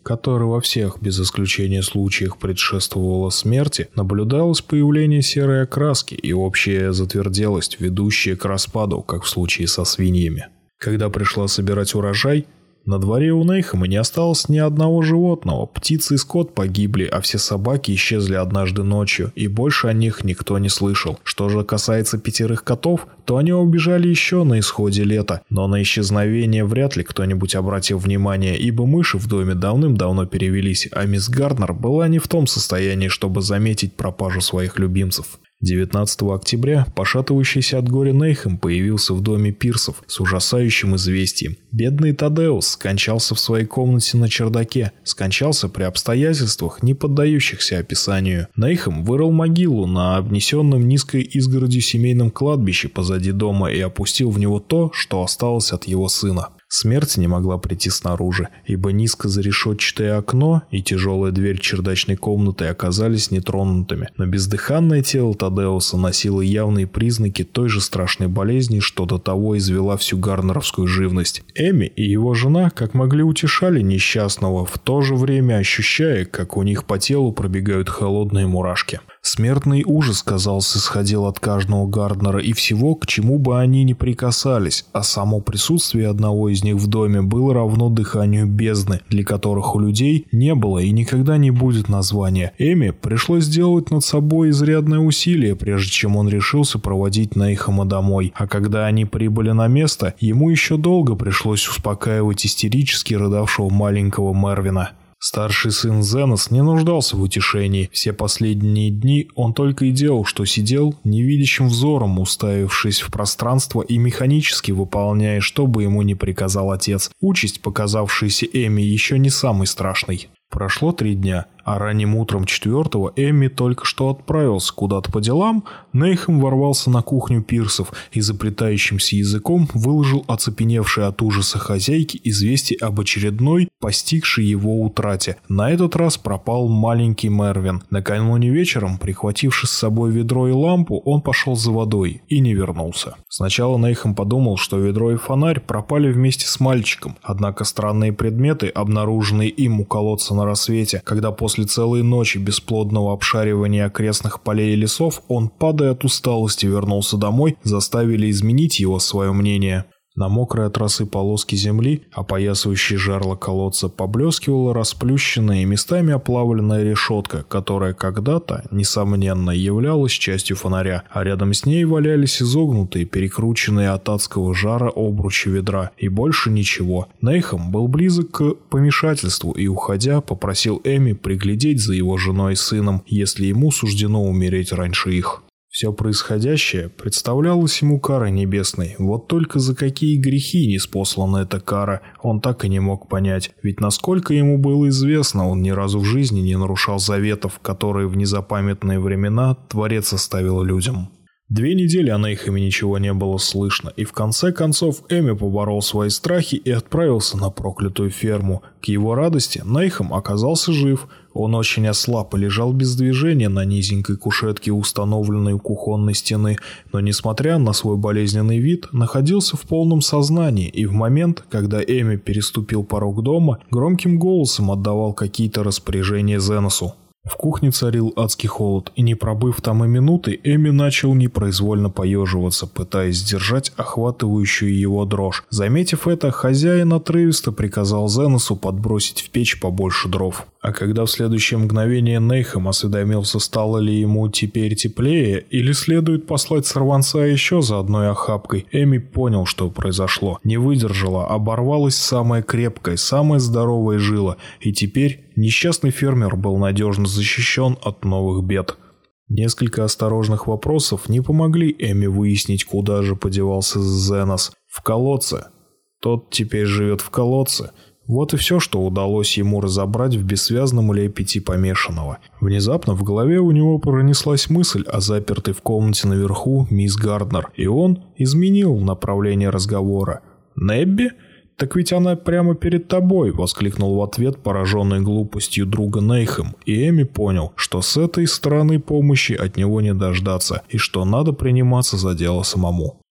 которой во всех, без исключения случаях, предшествовала смерти, наблюдалось появление серой окраски и общая затверделость, ведущая к распаду, как в случае со свиньями. Когда пришла собирать урожай, на дворе у Нейхема не осталось ни одного животного, птицы и скот погибли, а все собаки исчезли однажды ночью, и больше о них никто не слышал. Что же касается 5 котов, то они убежали еще на исходе лета, но на исчезновение вряд ли кто-нибудь обратил внимание, ибо мыши в доме давным-давно перевелись, а мисс Гарднер была не в том состоянии, чтобы заметить пропажу своих любимцев. 19 октября пошатывающийся от горя Нейхем появился в доме Пирсов с ужасающим известием. Бедный Тадеус скончался в своей комнате на чердаке, скончался при обстоятельствах, не поддающихся описанию. Нейхем вырыл могилу на обнесенном низкой изгородью семейном кладбище позади дома и опустил в него то, что осталось от его сына. Смерть не могла прийти снаружи, ибо низко зарешетчатое окно и тяжелая дверь чердачной комнаты оказались нетронутыми, но бездыханное тело Тадеуса носило явные признаки той же страшной болезни, что до того извела всю гарнеровскую живность. Эми и его жена как могли утешали несчастного, в то же время ощущая, как у них по телу пробегают холодные мурашки. Смертный ужас, казалось, исходил от каждого Гарднера и всего, к чему бы они ни прикасались, а само присутствие одного из них в доме было равно дыханию бездны, для которых у людей не было и никогда не будет названия. Эми пришлось сделать над собой изрядное усилие, прежде чем он решился проводить Нейхема домой, а когда они прибыли на место, ему еще долго пришлось успокаивать истерически рыдавшего маленького Мервина. Старший сын Зенос не нуждался в утешении. Все последние дни он только и делал, что сидел, невидящим взором уставившись в пространство и механически выполняя, что бы ему ни приказал отец. Участь, показавшаяся Эми, еще не самой страшной. Прошло 3 дня, а ранним утром 4-го Эмми только что отправился куда-то по делам. Нейхем ворвался на кухню Пирсов и заплетающимся языком выложил оцепеневшей от ужаса хозяйке известие об очередной, постигшей его утрате. На этот раз пропал маленький Мервин. Накануне вечером, прихвативши с собой ведро и лампу, он пошел за водой и не вернулся. Сначала Нейхем подумал, что ведро и фонарь пропали вместе с мальчиком, однако странные предметы, обнаруженные им у колодца на рассвете, когда после целой ночи бесплодного обшаривания окрестных полей и лесов он, падая от усталости, вернулся домой, заставили изменить его свое мнение. На мокрой от росы полоски земли, опоясывающей жерло колодца, поблескивала расплющенная и местами оплавленная решетка, которая когда-то, несомненно, являлась частью фонаря, а рядом с ней валялись изогнутые, перекрученные от адского жара обручи ведра, и больше ничего. Нейхем был близок к помешательству и, уходя, попросил Эми приглядеть за его женой и сыном, если ему суждено умереть раньше их. Все происходящее представлялось ему карой небесной. Вот только за какие грехи ниспослана эта кара, он так и не мог понять. Ведь насколько ему было известно, он ни разу в жизни не нарушал заветов, которые в незапамятные времена Творец оставил людям. 2 недели о Нейхеме ничего не было слышно, и в конце концов Эми поборол свои страхи и отправился на проклятую ферму. К его радости Нейхем оказался жив. Он очень ослаб и лежал без движения на низенькой кушетке, установленной у кухонной стены, но, несмотря на свой болезненный вид, находился в полном сознании, и в момент, когда Эми переступил порог дома, громким голосом отдавал какие-то распоряжения Зеносу. В кухне царил адский холод, и не пробыв там и минуты, Эми начал непроизвольно поеживаться, пытаясь сдержать охватывающую его дрожь. Заметив это, хозяин отрывисто приказал Зеносу подбросить в печь побольше дров. А когда в следующее мгновение Нейхем осведомился, стало ли ему теперь теплее, или следует послать сорванца еще за одной охапкой, Эми понял, что произошло. Не выдержала, оборвалась самая крепкая, самая здоровая жила, и теперь несчастный фермер был надежно защищен от новых бед. Несколько осторожных вопросов не помогли Эми выяснить, куда же подевался Зенос. В колодце. Тот теперь живет в колодце. Вот и все, что удалось ему разобрать в бессвязном лепете помешанного. Внезапно в голове у него пронеслась мысль о запертой в комнате наверху мисс Гарднер, и он изменил направление разговора. «Небби? Так ведь она прямо перед тобой!» — воскликнул в ответ пораженный глупостью друга Нейхем, и Эми понял, что с этой стороны помощи от него не дождаться, и что надо приниматься за дело самому.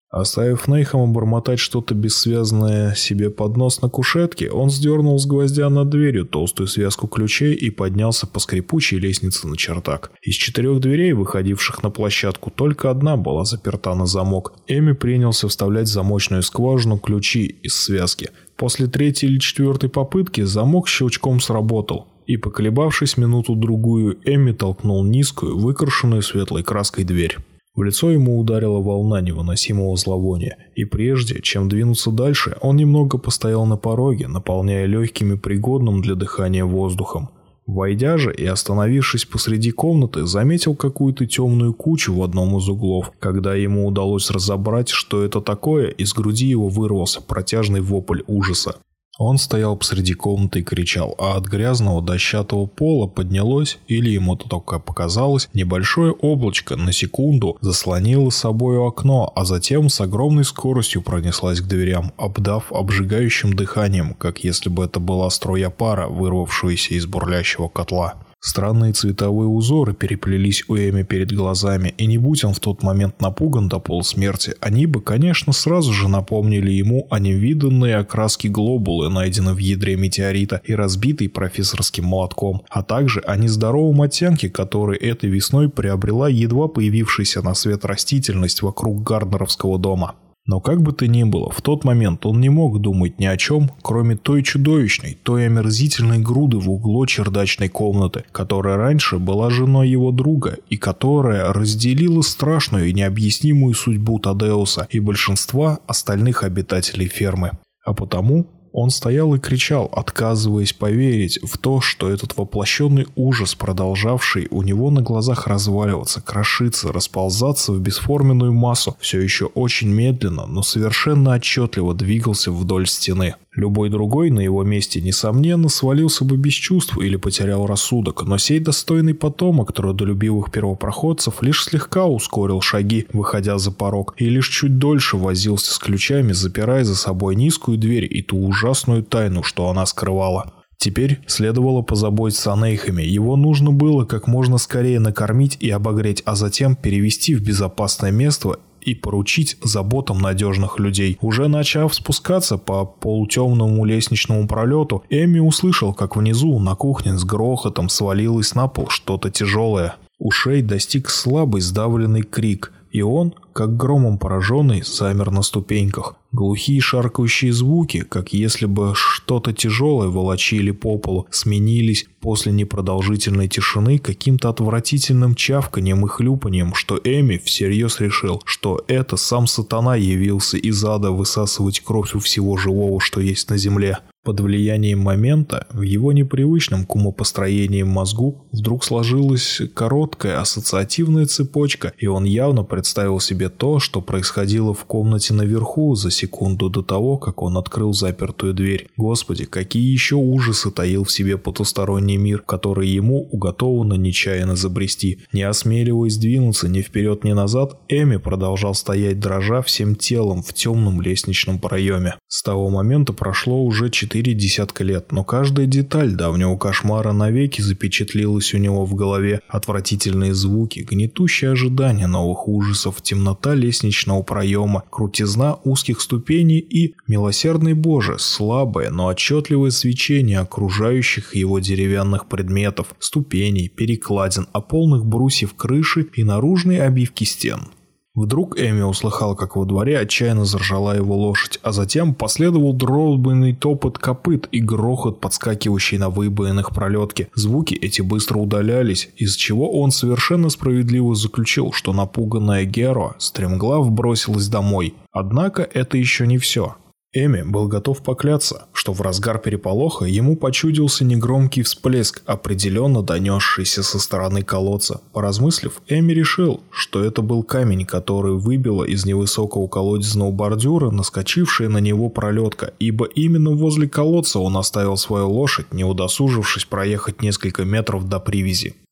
Оставив Нейхама бормотать что-то бессвязное себе под нос на кушетке, он сдернул с гвоздя над дверью толстую связку ключей и поднялся по скрипучей лестнице на чердак. Из 4 дверей, выходивших на площадку, только одна была заперта на замок. Эми принялся вставлять в замочную скважину ключи из связки. После 3-й или 4-й попытки замок щелчком сработал. И, поколебавшись минуту-другую, Эми толкнул низкую, выкрашенную светлой краской дверь. В лицо ему ударила волна невыносимого зловония, и прежде, чем двинуться дальше, он немного постоял на пороге, наполняя легкими пригодным для дыхания воздухом. Войдя же и остановившись посреди комнаты, заметил какую-то темную кучу в одном из углов. Когда ему удалось разобрать, что это такое, из груди его вырвался протяжный вопль ужаса. Он стоял посреди комнаты и кричал, а от грязного дощатого пола поднялось, или ему это только показалось, небольшое облачко на секунду заслонило собою окно, а затем с огромной скоростью пронеслась к дверям, обдав обжигающим дыханием, как если бы это была струя пара, вырвавшаяся из бурлящего котла. Странные цветовые узоры переплелись у Эми перед глазами, и не будь он в тот момент напуган до полусмерти, они бы, конечно, сразу же напомнили ему о невиданной окраске глобулы, найденной в ядре метеорита и разбитой профессорским молотком, а также о нездоровом оттенке, который этой весной приобрела едва появившаяся на свет растительность вокруг Гарднеровского дома. Но как бы то ни было, в тот момент он не мог думать ни о чем, кроме той чудовищной, той омерзительной груды в углу чердачной комнаты, которая раньше была женой его друга и которая разделила страшную и необъяснимую судьбу Тадеуса и большинства остальных обитателей фермы. А потому он стоял и кричал, отказываясь поверить в то, что этот воплощенный ужас, продолжавший у него на глазах разваливаться, крошиться, расползаться в бесформенную массу, все еще очень медленно, но совершенно отчетливо двигался вдоль стены. Любой другой на его месте, несомненно, свалился бы без чувств или потерял рассудок, но сей достойный потомок трудолюбивых первопроходцев лишь слегка ускорил шаги, выходя за порог, и лишь чуть дольше возился с ключами, запирая за собой низкую дверь и ту ужасную тайну, что она скрывала. Теперь следовало позаботиться о Нейхаме. Его нужно было как можно скорее накормить и обогреть, а затем перевести в безопасное место и поручить заботам надежных людей. Уже начав спускаться по полутемному лестничному пролету, Эми услышал, как внизу на кухне с грохотом свалилось на пол что-то тяжелое. Ушей достиг слабый сдавленный крик, и он, как громом пораженный, замер на ступеньках. Глухие шаркающие звуки, как если бы что-то тяжелое волочили по полу, сменились после непродолжительной тишины каким-то отвратительным чавканием и хлюпанием, что Эми всерьез решил, что это сам сатана явился из ада высасывать кровь у всего живого, что есть на земле. Под влиянием момента в его непривычном к умопостроениям мозгу вдруг сложилась короткая ассоциативная цепочка, и он явно представил себе то, что происходило в комнате наверху за секунду до того, как он открыл запертую дверь. Господи, какие еще ужасы таил в себе потусторонний мир, который ему уготовано нечаянно забрести. Не осмеливаясь двинуться ни вперед, ни назад, Эми продолжал стоять дрожа всем телом в темном лестничном проеме. С того момента прошло уже 4 десятка лет, но каждая деталь давнего кошмара навеки запечатлелась у него в голове. Отвратительные звуки, гнетущее ожидание новых ужасов, темнота лестничного проема, крутизна узких ступеней и, милосердный Боже, слабое, но отчетливое свечение окружающих его деревянных предметов, ступеней, перекладин, полных брусьев крыши и наружной обивки стен. Вдруг Эми услыхал, как во дворе отчаянно заржала его лошадь, а затем последовал дробный топот копыт и грохот, подскакивающий на выбоинах пролетки. Звуки эти быстро удалялись, из чего он совершенно справедливо заключил, что напуганная Геро стремглав бросилась домой. Однако это еще не все. Эми был готов поклясться, что в разгар переполоха ему почудился негромкий всплеск, определенно донесшийся со стороны колодца. Поразмыслив, Эми решил, что это был камень, который выбила из невысокого колодезного бордюра наскочившая на него пролетка, ибо именно возле колодца он оставил свою лошадь, не удосужившись проехать несколько метров до привязи.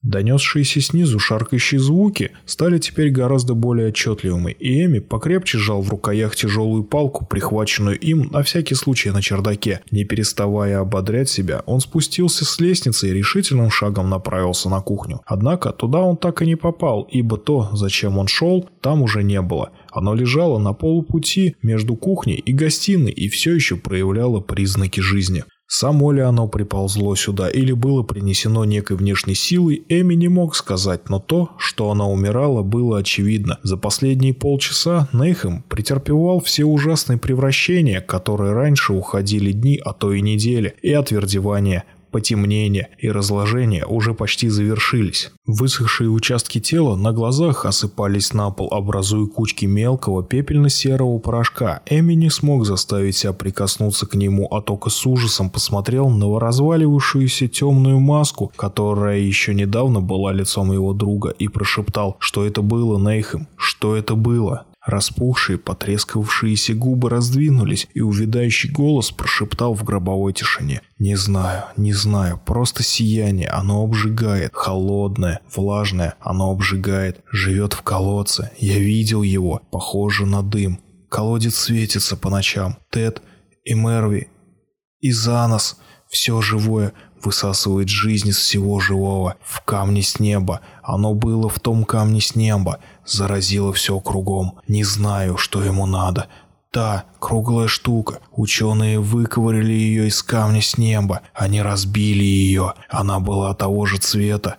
Донесшиеся снизу шаркающие звуки стали теперь гораздо более отчетливыми, и Эми покрепче сжал в рукоях тяжелую палку, прихваченную им на всякий случай на чердаке. Не переставая ободрять себя, он спустился с лестницы и решительным шагом направился на кухню. Однако туда он так и не попал, ибо то, зачем он шел, там уже не было. Оно лежало на полупути между кухней и гостиной и все еще проявляло признаки жизни. Само ли оно приползло сюда или было принесено некой внешней силой, Эми не мог сказать, но то, что она умирала, было очевидно. За последние полчаса Нейхэм претерпевал все ужасные превращения, которые раньше уходили дни, а то и недели, и отвердевание, потемнение и разложение уже почти завершились. Высохшие участки тела на глазах осыпались на пол, образуя кучки мелкого пепельно-серого порошка. Эми не смог заставить себя прикоснуться к нему, а только с ужасом посмотрел на разваливающуюся темную маску, которая еще недавно была лицом его друга, и прошептал, что это было, Нейхэм, что это было. Распухшие, потрескавшиеся губы раздвинулись, и увядающий голос прошептал в гробовой тишине: «Не знаю, просто сияние, оно обжигает, холодное, влажное, оно обжигает, живет в колодце, я видел его, похоже на дым, колодец светится по ночам, Тед и Мерви и Занос, все живое высасывает жизнь из всего живого, в камне с неба, оно было в том камне с неба, заразило все кругом, не знаю, что ему надо. Та круглая штука, ученые выковыряли ее из камня с неба, они разбили ее, она была того же цвета,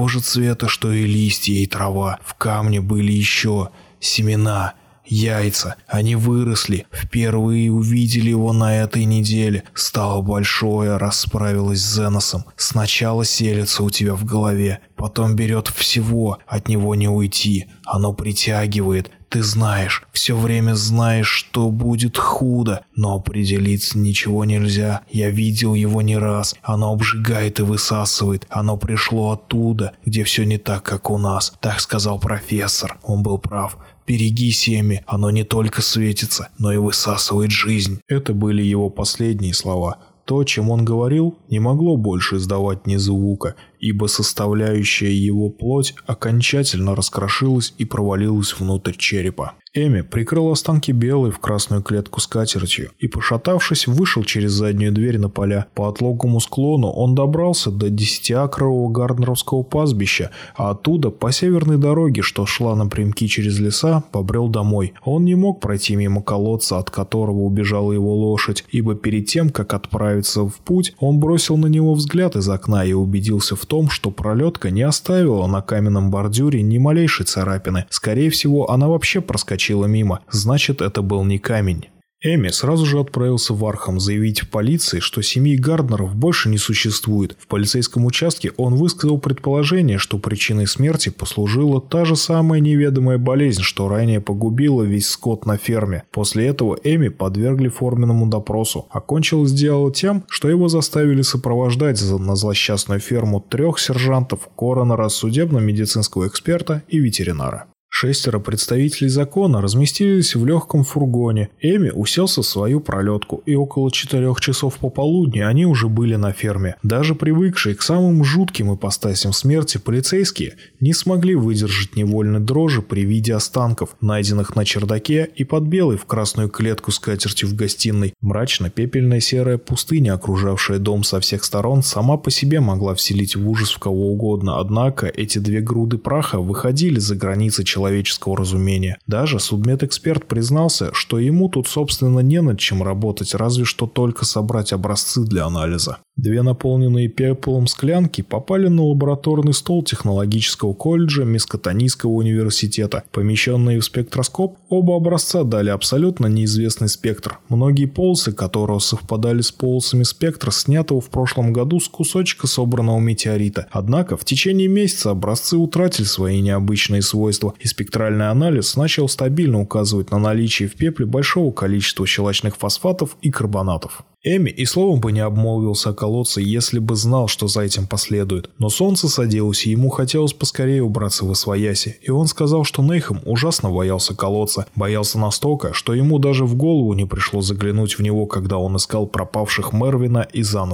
что и листья и трава, в камне были еще семена». Яйца. Они выросли. Впервые увидели его на этой неделе. Стало большое, расправилось с Зеносом. Сначала селится у тебя в голове, потом берет всего, от него не уйти. Оно притягивает. Ты знаешь, все время знаешь, что будет худо, но определиться ничего нельзя. Я видел его не раз. Оно обжигает и высасывает. Оно пришло оттуда, где все не так, как у нас. Так сказал профессор. Он был прав. «Берегись, Эми, оно не только светится, но и высасывает жизнь». Это были его последние слова. То, чем он говорил, не могло больше издавать ни звука, ибо составляющая его плоть окончательно раскрошилась и провалилась внутрь черепа. Эми прикрыл останки белой в красную клетку скатертью и, пошатавшись, вышел через заднюю дверь на поля. По отлогому склону он добрался до 10-акрового Гарднеровского пастбища, а оттуда по северной дороге, что шла напрямки через леса, побрел домой. Он не мог пройти мимо колодца, от которого убежала его лошадь, ибо перед тем, как отправиться в путь, он бросил на него взгляд из окна и убедился в том, что пролетка не оставила на каменном бордюре ни малейшей царапины. Скорее всего, она вообще проскочила мимо, значит, это был не камень. Эми сразу же отправился в Аркхэм заявить в полиции, что семьи Гарднеров больше не существует. В полицейском участке он высказал предположение, что причиной смерти послужила та же самая неведомая болезнь, что ранее погубила весь скот на ферме. После этого Эми подвергли форменному допросу. Окончилось дело тем, что его заставили сопровождать на злосчастную ферму 3 сержантов, коронера, судебно-медицинского эксперта и ветеринара. 6 представителей закона разместились в легком фургоне. Эми уселся в свою пролетку, и около 4 часов пополудни они уже были на ферме. Даже привыкшие к самым жутким ипостасям смерти полицейские не смогли выдержать невольной дрожи при виде останков, найденных на чердаке и под белой в красную клетку скатертью в гостиной. Мрачно-пепельная серая пустыня, окружавшая дом со всех сторон, сама по себе могла вселить в ужас в кого угодно, однако эти 2 груды праха выходили за границы человеческого разумения. Даже судмедэксперт признался, что ему тут собственно не над чем работать, разве что только собрать образцы для анализа. 2 наполненные пеплом склянки попали на лабораторный стол технологического колледжа Мискатонийского университета. Помещенные в спектроскоп, оба образца дали абсолютно неизвестный спектр, многие полосы которого совпадали с полосами спектра, снятого в прошлом году с кусочка собранного метеорита. Однако в течение месяца образцы утратили свои необычные свойства, и спектральный анализ начал стабильно указывать на наличие в пепле большого количества щелочных фосфатов и карбонатов. Эми и словом бы не обмолвился о колодце, если бы знал, что за этим последует. Но солнце садилось, и ему хотелось поскорее убраться в освояси, и он сказал, что Нейхэм ужасно боялся колодца. Боялся настолько, что ему даже в голову не пришло заглянуть в него, когда он искал пропавших Мервина и Заноса.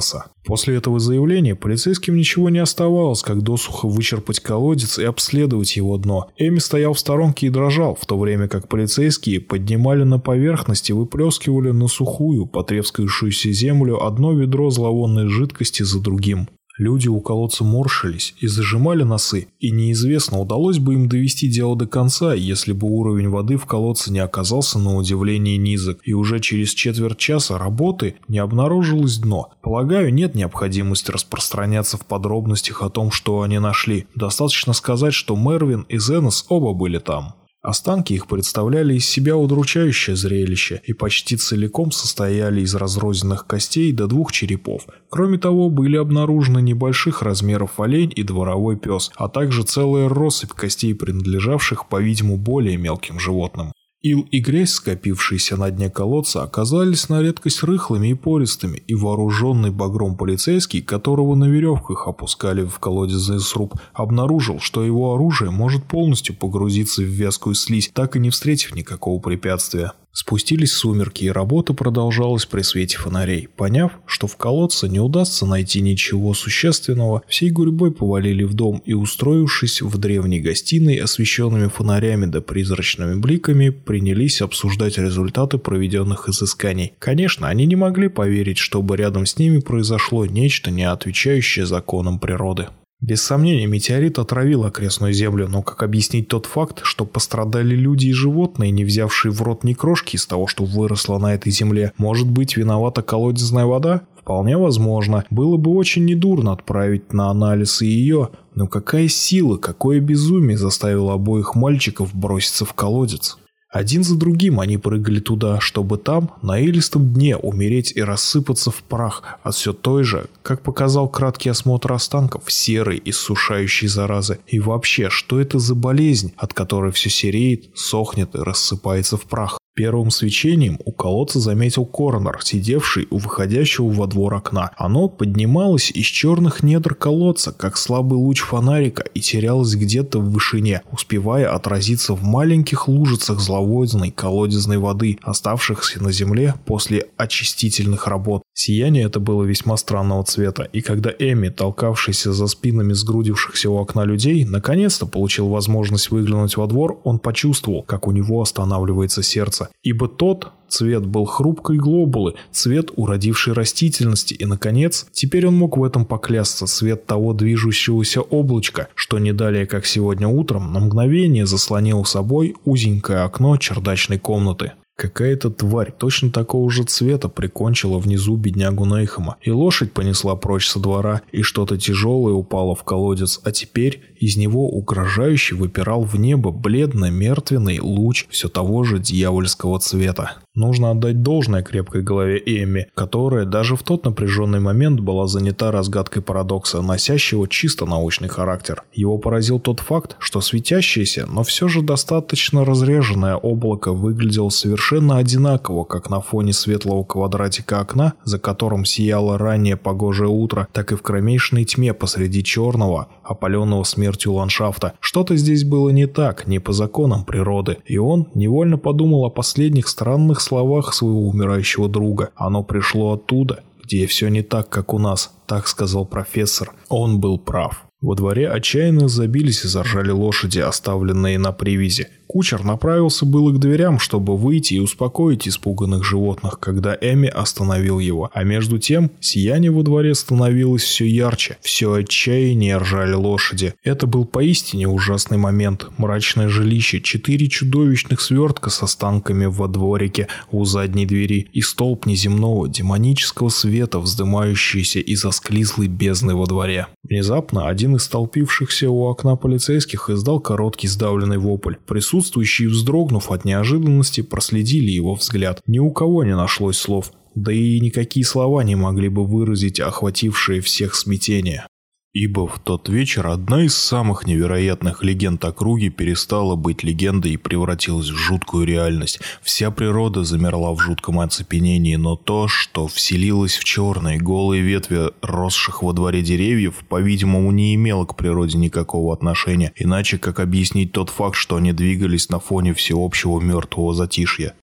После этого заявления полицейским ничего не оставалось, как досуха вычерпать колодец и обследовать его дно. Эми стоял в сторонке и дрожал, в то время как полицейские поднимали на поверхность и выплескивали на сухую, потрескавшуюся землю одно ведро зловонной жидкости за другим. Люди у колодца морщились и зажимали носы, и неизвестно, удалось бы им довести дело до конца, если бы уровень воды в колодце не оказался на удивление низок, и уже через четверть часа работы не обнаружилось дно. Полагаю, нет необходимости распространяться в подробностях о том, что они нашли. Достаточно сказать, что Мервин и Зенос оба были там. Останки их представляли из себя удручающее зрелище и почти целиком состояли из разрозненных костей до 2 черепов. Кроме того, были обнаружены небольших размеров олень и дворовой пес, а также целая россыпь костей, принадлежавших, по-видимому, более мелким животным. Ил и грязь, скопившиеся на дне колодца, оказались на редкость рыхлыми и пористыми, и вооруженный багром полицейский, которого на веревках опускали в колодезный сруб, обнаружил, что его оружие может полностью погрузиться в вязкую слизь, так и не встретив никакого препятствия. Спустились сумерки, и работа продолжалась при свете фонарей. Поняв, что в колодце не удастся найти ничего существенного, всей гурьбой повалили в дом и, устроившись в древней гостиной, освещенными фонарями да призрачными бликами, принялись обсуждать результаты проведенных изысканий. Конечно, они не могли поверить, чтобы рядом с ними произошло нечто, не отвечающее законам природы. Без сомнения, метеорит отравил окрестную землю, но как объяснить тот факт, что пострадали люди и животные, не взявшие в рот ни крошки из того, что выросло на этой земле? Может быть, виновата колодезная вода? Вполне возможно. Было бы очень недурно отправить на анализ и ее, но какая сила, какое безумие заставило обоих мальчиков броситься в колодец? Один за другим они прыгали туда, чтобы там, на илистом дне, умереть и рассыпаться в прах от все той же, как показал краткий осмотр останков, серой, иссушающей заразы. И вообще, что это за болезнь, от которой все сереет, сохнет и рассыпается в прах? Первым свечением у колодца заметил коронер, сидевший у выходящего во двор окна. Оно поднималось из черных недр колодца, как слабый луч фонарика, и терялось где-то в вышине, успевая отразиться в маленьких лужицах зловонной колодезной воды, оставшихся на земле после очистительных работ. Сияние это было весьма странного цвета, и когда Эми, толкавшийся за спинами сгрудившихся у окна людей, наконец-то получил возможность выглянуть во двор, он почувствовал, как у него останавливается сердце. Ибо тот цвет был хрупкой глобулы, цвет уродившей растительности, и, наконец, теперь он мог в этом поклясться, цвет того движущегося облачка, что не далее, как сегодня утром, на мгновение заслонило собой узенькое окно чердачной комнаты. Какая-то тварь точно такого же цвета прикончила внизу беднягу Нейхема, и лошадь понесла прочь со двора, и что-то тяжелое упало в колодец, а теперь из него угрожающе выпирал в небо бледно-мертвенный луч все того же дьявольского цвета. Нужно отдать должное крепкой голове Эмми, которая даже в тот напряженный момент была занята разгадкой парадокса, носящего чисто научный характер. Его поразил тот факт, что светящееся, но все же достаточно разреженное облако выглядело совершенно одинаково, как на фоне светлого квадратика окна, за которым сияло раннее погожее утро, так и в кромешной тьме посреди черного, опаленного смертью ландшафта. Что-то здесь было не так, не по законам природы, и он невольно подумал о последних странных словах своего умирающего друга. Оно пришло оттуда, где все не так, как у нас, так сказал профессор. Он был прав. Во дворе отчаянно забились и заржали лошади, оставленные на привязи. Кучер направился было к дверям, чтобы выйти и успокоить испуганных животных, когда Эми остановил его. А между тем сияние во дворе становилось все ярче, все отчаяннее ржали лошади. Это был поистине ужасный момент. Мрачное жилище, 4 чудовищных свертка с останками во дворике у задней двери и столб неземного демонического света, вздымающийся из осклизлой бездны во дворе. Внезапно один из столпившихся у окна полицейских издал короткий сдавленный вопль. Присутствующие, вздрогнув от неожиданности, проследили его взгляд. Ни у кого не нашлось слов, да и никакие слова не могли бы выразить охватившее всех смятение. Ибо в тот вечер одна из самых невероятных легенд округи перестала быть легендой и превратилась в жуткую реальность. Вся природа замерла в жутком оцепенении, но то, что вселилось в черные голые ветви росших во дворе деревьев, по-видимому, не имело к природе никакого отношения, иначе как объяснить тот факт, что они двигались на фоне всеобщего мертвого затишья.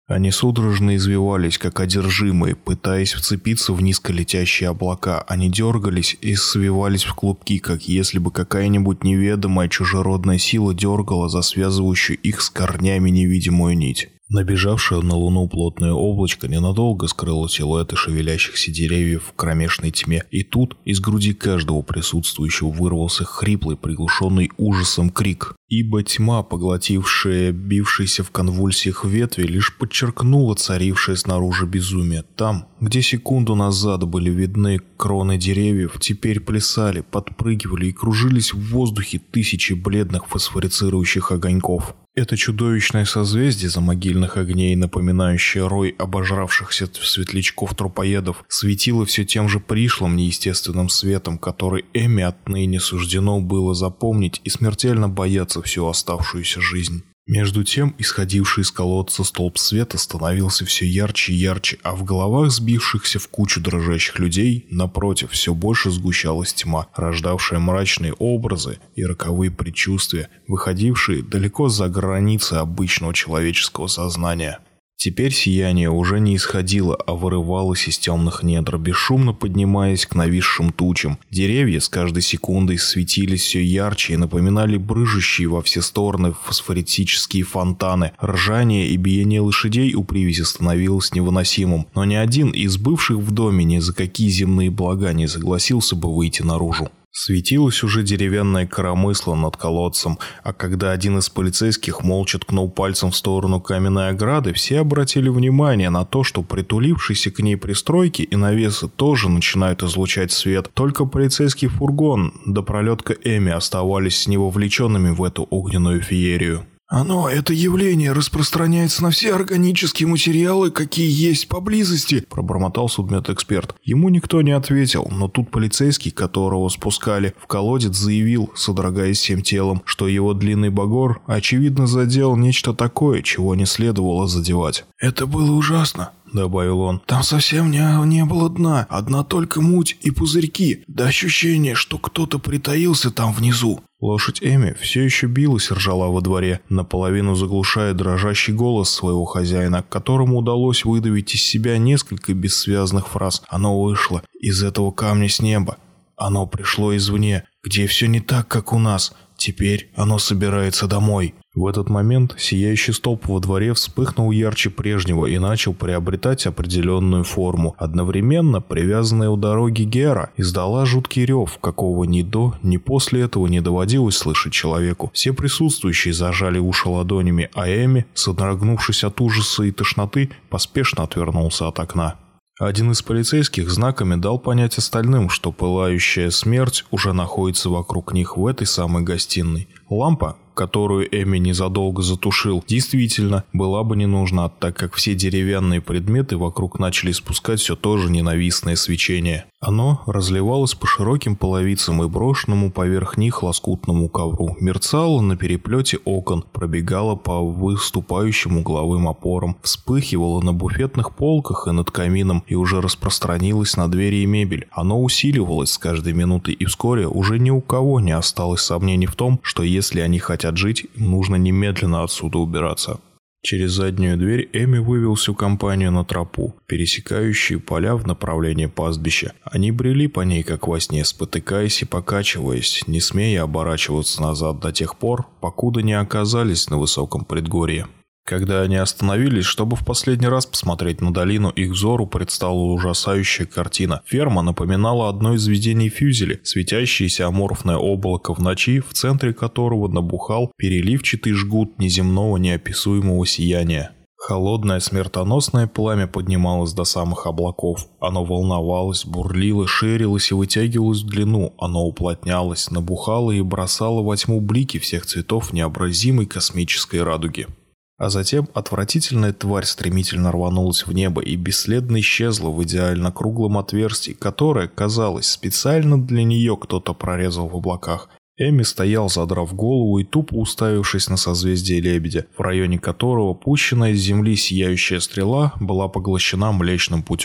Они судорожно извивались, как одержимые, пытаясь вцепиться в низколетящие облака. Они дергались и свивались в клубки, как если бы какая-нибудь неведомая чужеродная сила дергала за связывающую их с корнями невидимую нить. Набежавшее на луну плотное облачко ненадолго скрыло силуэты шевелящихся деревьев в кромешной тьме, и тут из груди каждого присутствующего вырвался хриплый, приглушенный ужасом крик. Ибо тьма, поглотившая бившиеся в конвульсиях ветви, лишь подчеркнула царившее снаружи безумие. Там, где секунду назад были видны кроны деревьев, теперь плясали, подпрыгивали и кружились в воздухе тысячи бледных фосфорицирующих огоньков. Это чудовищное созвездие замогильных огней, напоминающее рой обожравшихся светлячков-трупоедов, светило все тем же пришлым неестественным светом, который Эми отныне суждено было запомнить и смертельно бояться всю оставшуюся жизнь. Между тем, исходивший из колодца столб света становился все ярче и ярче, а в головах сбившихся в кучу дрожащих людей, напротив, все больше сгущалась тьма, рождавшая мрачные образы и роковые предчувствия, выходившие далеко за границы обычного человеческого сознания. Теперь сияние уже не исходило, а вырывалось из темных недр, бесшумно поднимаясь к нависшим тучам. Деревья с каждой секундой светились все ярче и напоминали брыжущие во все стороны фосфоритические фонтаны. Ржание и биение лошадей у привязи становилось невыносимым, но ни один из бывших в доме ни за какие земные блага не согласился бы выйти наружу. Светилось уже деревянное коромысло над колодцем, а когда один из полицейских молча ткнул пальцем в сторону каменной ограды, все обратили внимание на то, что притулившиеся к ней пристройки и навесы тоже начинают излучать свет, только полицейский фургон да пролетка Эми оставались невовлеченными в эту огненную феерию. Это явление распространяется на все органические материалы, какие есть поблизости», – пробормотал судмедэксперт. Ему никто не ответил, но тут полицейский, которого спускали в колодец, заявил, содрогаясь всем телом, что его длинный багор, очевидно, задел нечто такое, чего не следовало задевать. «Это было ужасно», – добавил он. «Там совсем не было дна, одна только муть и пузырьки, да ощущение, что кто-то притаился там внизу». Лошадь Эми все еще билась и ржала во дворе, наполовину заглушая дрожащий голос своего хозяина, которому удалось выдавить из себя несколько бессвязных фраз. Оно вышло из этого камня с неба. Оно пришло извне, где все не так, как у нас. Теперь оно собирается домой. В этот момент сияющий столб во дворе вспыхнул ярче прежнего и начал приобретать определенную форму. Одновременно привязанная у дороги Гера издала жуткий рев, какого ни до, ни после этого не доводилось слышать человеку. Все присутствующие зажали уши ладонями, а Эми, содрогнувшись от ужаса и тошноты, поспешно отвернулся от окна. Один из полицейских знаками дал понять остальным, что пылающая смерть уже находится вокруг них в этой самой гостиной. Лампа, которую Эми незадолго затушил, действительно была бы не нужна, так как все деревянные предметы вокруг начали испускать все то же ненавистное свечение. Оно разливалось по широким половицам и брошенному поверх них лоскутному ковру, мерцало на переплете окон, пробегало по выступающим угловым опорам, вспыхивало на буфетных полках и над камином и уже распространилось на двери и мебель. Оно усиливалось с каждой минутой, и вскоре уже ни у кого не осталось сомнений в том, что если они хотят жить, им нужно немедленно отсюда убираться. Через заднюю дверь Эми вывел всю компанию на тропу, пересекающую поля в направлении пастбища. Они брели по ней, как во сне, спотыкаясь и покачиваясь, не смея оборачиваться назад до тех пор, покуда не оказались на высоком предгорье. Когда они остановились, чтобы в последний раз посмотреть на долину, их взору предстала ужасающая картина. Ферма напоминала одно из видений Фюзели, светящееся аморфное облако в ночи, в центре которого набухал переливчатый жгут неземного неописуемого сияния. Холодное смертоносное пламя поднималось до самых облаков. Оно волновалось, бурлило, ширилось и вытягивалось в длину. Оно уплотнялось, набухало и бросало во тьму блики всех цветов необразимой космической радуги. А затем отвратительная тварь стремительно рванулась в небо и бесследно исчезла в идеально круглом отверстии, которое, казалось, специально для нее кто-то прорезал в облаках. Эми стоял, задрав голову и тупо уставившись на созвездие Лебедя, в районе которого пущенная с земли сияющая стрела была поглощена Млечным Путем.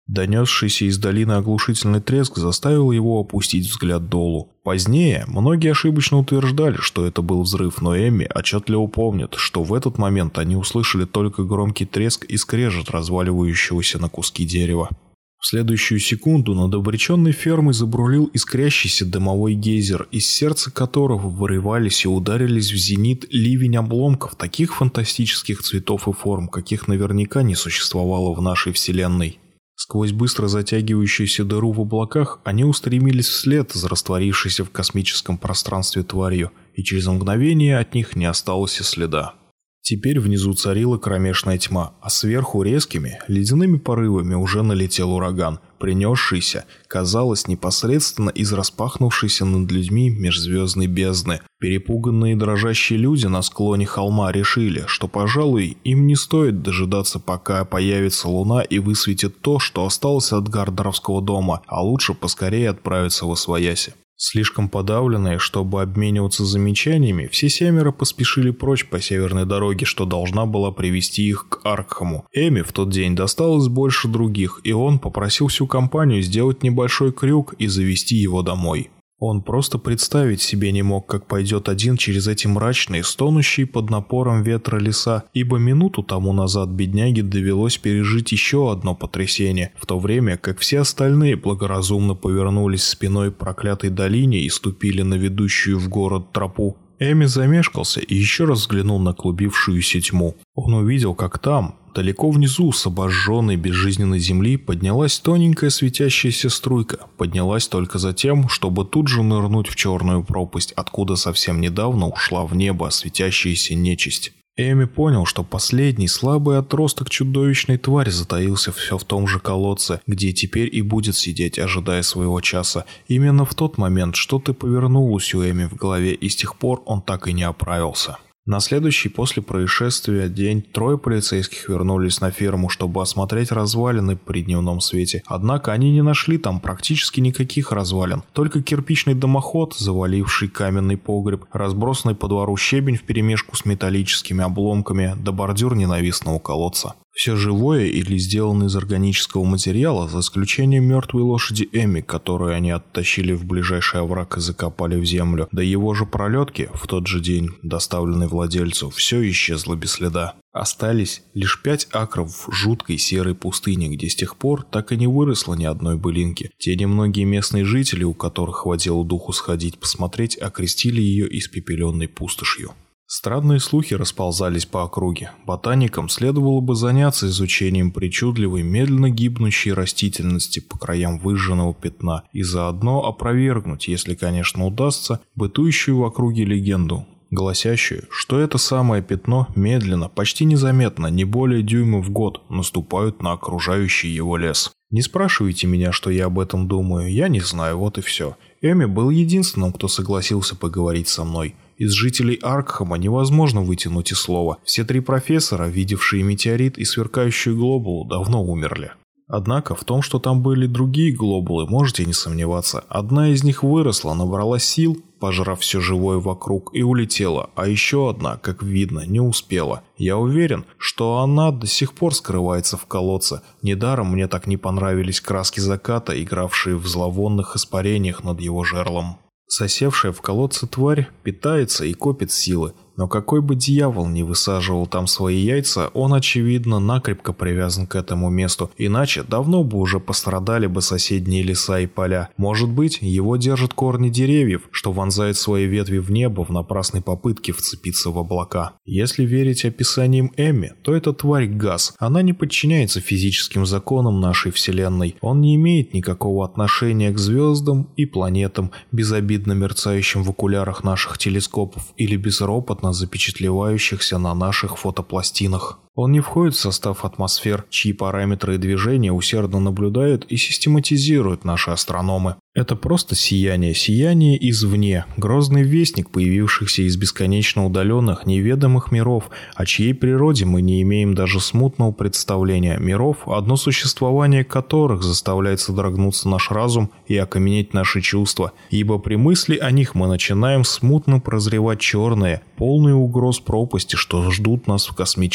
Донесшийся из долины оглушительный треск заставил его опустить взгляд долу. Позднее многие ошибочно утверждали, что это был взрыв, но Эмми отчетливо помнит, что в этот момент они услышали только громкий треск и скрежет разваливающегося на куски дерева. В следующую секунду над обреченной фермой забурлил искрящийся дымовой гейзер, из сердца которого вырывались и ударились в зенит ливень обломков таких фантастических цветов и форм, каких наверняка не существовало в нашей вселенной. Сквозь быстро затягивающуюся дыру в облаках они устремились вслед за растворившейся в космическом пространстве тварью, и через мгновение от них не осталось и следа. Теперь внизу царила кромешная тьма, а сверху резкими, ледяными порывами уже налетел ураган, принесшийся, казалось, непосредственно из распахнувшейся над людьми межзвездной бездны. Перепуганные дрожащие люди на склоне холма решили, что, пожалуй, им не стоит дожидаться, пока появится луна и высветит то, что осталось от Гардеровского дома, а лучше поскорее отправиться в Освояси. Слишком подавленные, чтобы обмениваться замечаниями, все семеро поспешили прочь по северной дороге, что должна была привести их к Аркхаму. Эми в тот день досталось больше других, и он попросил всю компанию сделать небольшой крюк и завести его домой. Он просто представить себе не мог, как пойдет один через эти мрачные, стонущие под напором ветра леса, ибо минуту тому назад бедняге довелось пережить еще одно потрясение, в то время как все остальные благоразумно повернулись спиной к проклятой долине и ступили на ведущую в город тропу. Эми замешкался и еще раз взглянул на клубившуюся тьму. Он увидел, как там, далеко внизу, с обожженной безжизненной земли, поднялась тоненькая светящаяся струйка. Поднялась только за тем, чтобы тут же нырнуть в черную пропасть, откуда совсем недавно ушла в небо светящаяся нечисть. Эми понял, что последний слабый отросток чудовищной твари затаился все в том же колодце, где теперь и будет сидеть, ожидая своего часа. Именно в тот момент что-то повернулось у Эми в голове, и с тех пор он так и не оправился. На следующий после происшествия день трое полицейских вернулись на ферму, чтобы осмотреть развалины при дневном свете. Однако они не нашли там практически никаких развалин, только кирпичный дымоход, заваливший каменный погреб, разбросанный по двору щебень вперемешку с металлическими обломками, да бордюр ненавистного колодца. Все живое или сделано из органического материала, за исключением мертвой лошади Эми, которую они оттащили в ближайший овраг и закопали в землю, да его же пролетки, в тот же день доставленной владельцу, все исчезло без следа. Остались лишь 5 акров жуткой серой пустыни, где с тех пор так и не выросло ни одной былинки. Те немногие местные жители, у которых хватило духу сходить посмотреть, окрестили ее испепеленной пустошью. Странные слухи расползались по округе. Ботаникам следовало бы заняться изучением причудливой, медленно гибнущей растительности по краям выжженного пятна и заодно опровергнуть, если, конечно, удастся, бытующую в округе легенду, гласящую, что это самое пятно медленно, почти незаметно, не более дюйма в год, наступают на окружающий его лес. Не спрашивайте меня, что я об этом думаю, я не знаю, вот и все. Эми был единственным, кто согласился поговорить со мной. Из жителей Аркхама невозможно вытянуть и слова. Все 3 профессора, видевшие метеорит и сверкающую глобулу, давно умерли. Однако в том, что там были другие глобулы, можете не сомневаться. Одна из них выросла, набрала сил, пожрав все живое вокруг, и улетела, а еще одна, как видно, не успела. Я уверен, что она до сих пор скрывается в колодце. Недаром мне так не понравились краски заката, игравшие в зловонных испарениях над его жерлом. Засевшая в колодце тварь питается и копит силы, но какой бы дьявол ни высаживал там свои яйца, он, очевидно, накрепко привязан к этому месту, иначе давно бы уже пострадали бы соседние леса и поля. Может быть, его держат корни деревьев, что вонзают свои ветви в небо в напрасной попытке вцепиться в облака. Если верить описаниям Эмми, то эта тварь газ, она не подчиняется физическим законам нашей Вселенной, он не имеет никакого отношения к звездам и планетам, безобидно мерцающим в окулярах наших телескопов или безропотно запечатлевающихся на наших фотопластинах. Он не входит в состав атмосфер, чьи параметры и движения усердно наблюдают и систематизируют наши астрономы. Это просто сияние извне, грозный вестник, появившихся из бесконечно удаленных, неведомых миров, о чьей природе мы не имеем даже смутного представления. Миров, одно существование которых заставляет содрогнуться наш разум и окаменеть наши чувства, ибо при мысли о них мы начинаем смутно прозревать черные, полные угроз пропасти, что ждут нас в космическом пространстве.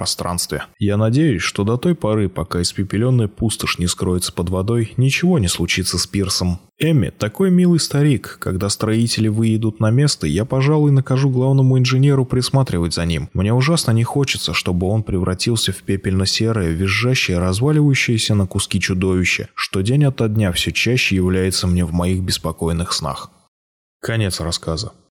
пространстве. Я надеюсь, что до той поры, пока испепеленная пустошь не скроется под водой, ничего не случится с пирсом. Эмми такой милый старик. Когда строители выедут на место, я, пожалуй, накажу главному инженеру присматривать за ним. Мне ужасно не хочется, чтобы он превратился в пепельно-серое, визжащее, разваливающееся на куски чудовище, что день ото дня все чаще является мне в моих беспокойных снах. Конец рассказа.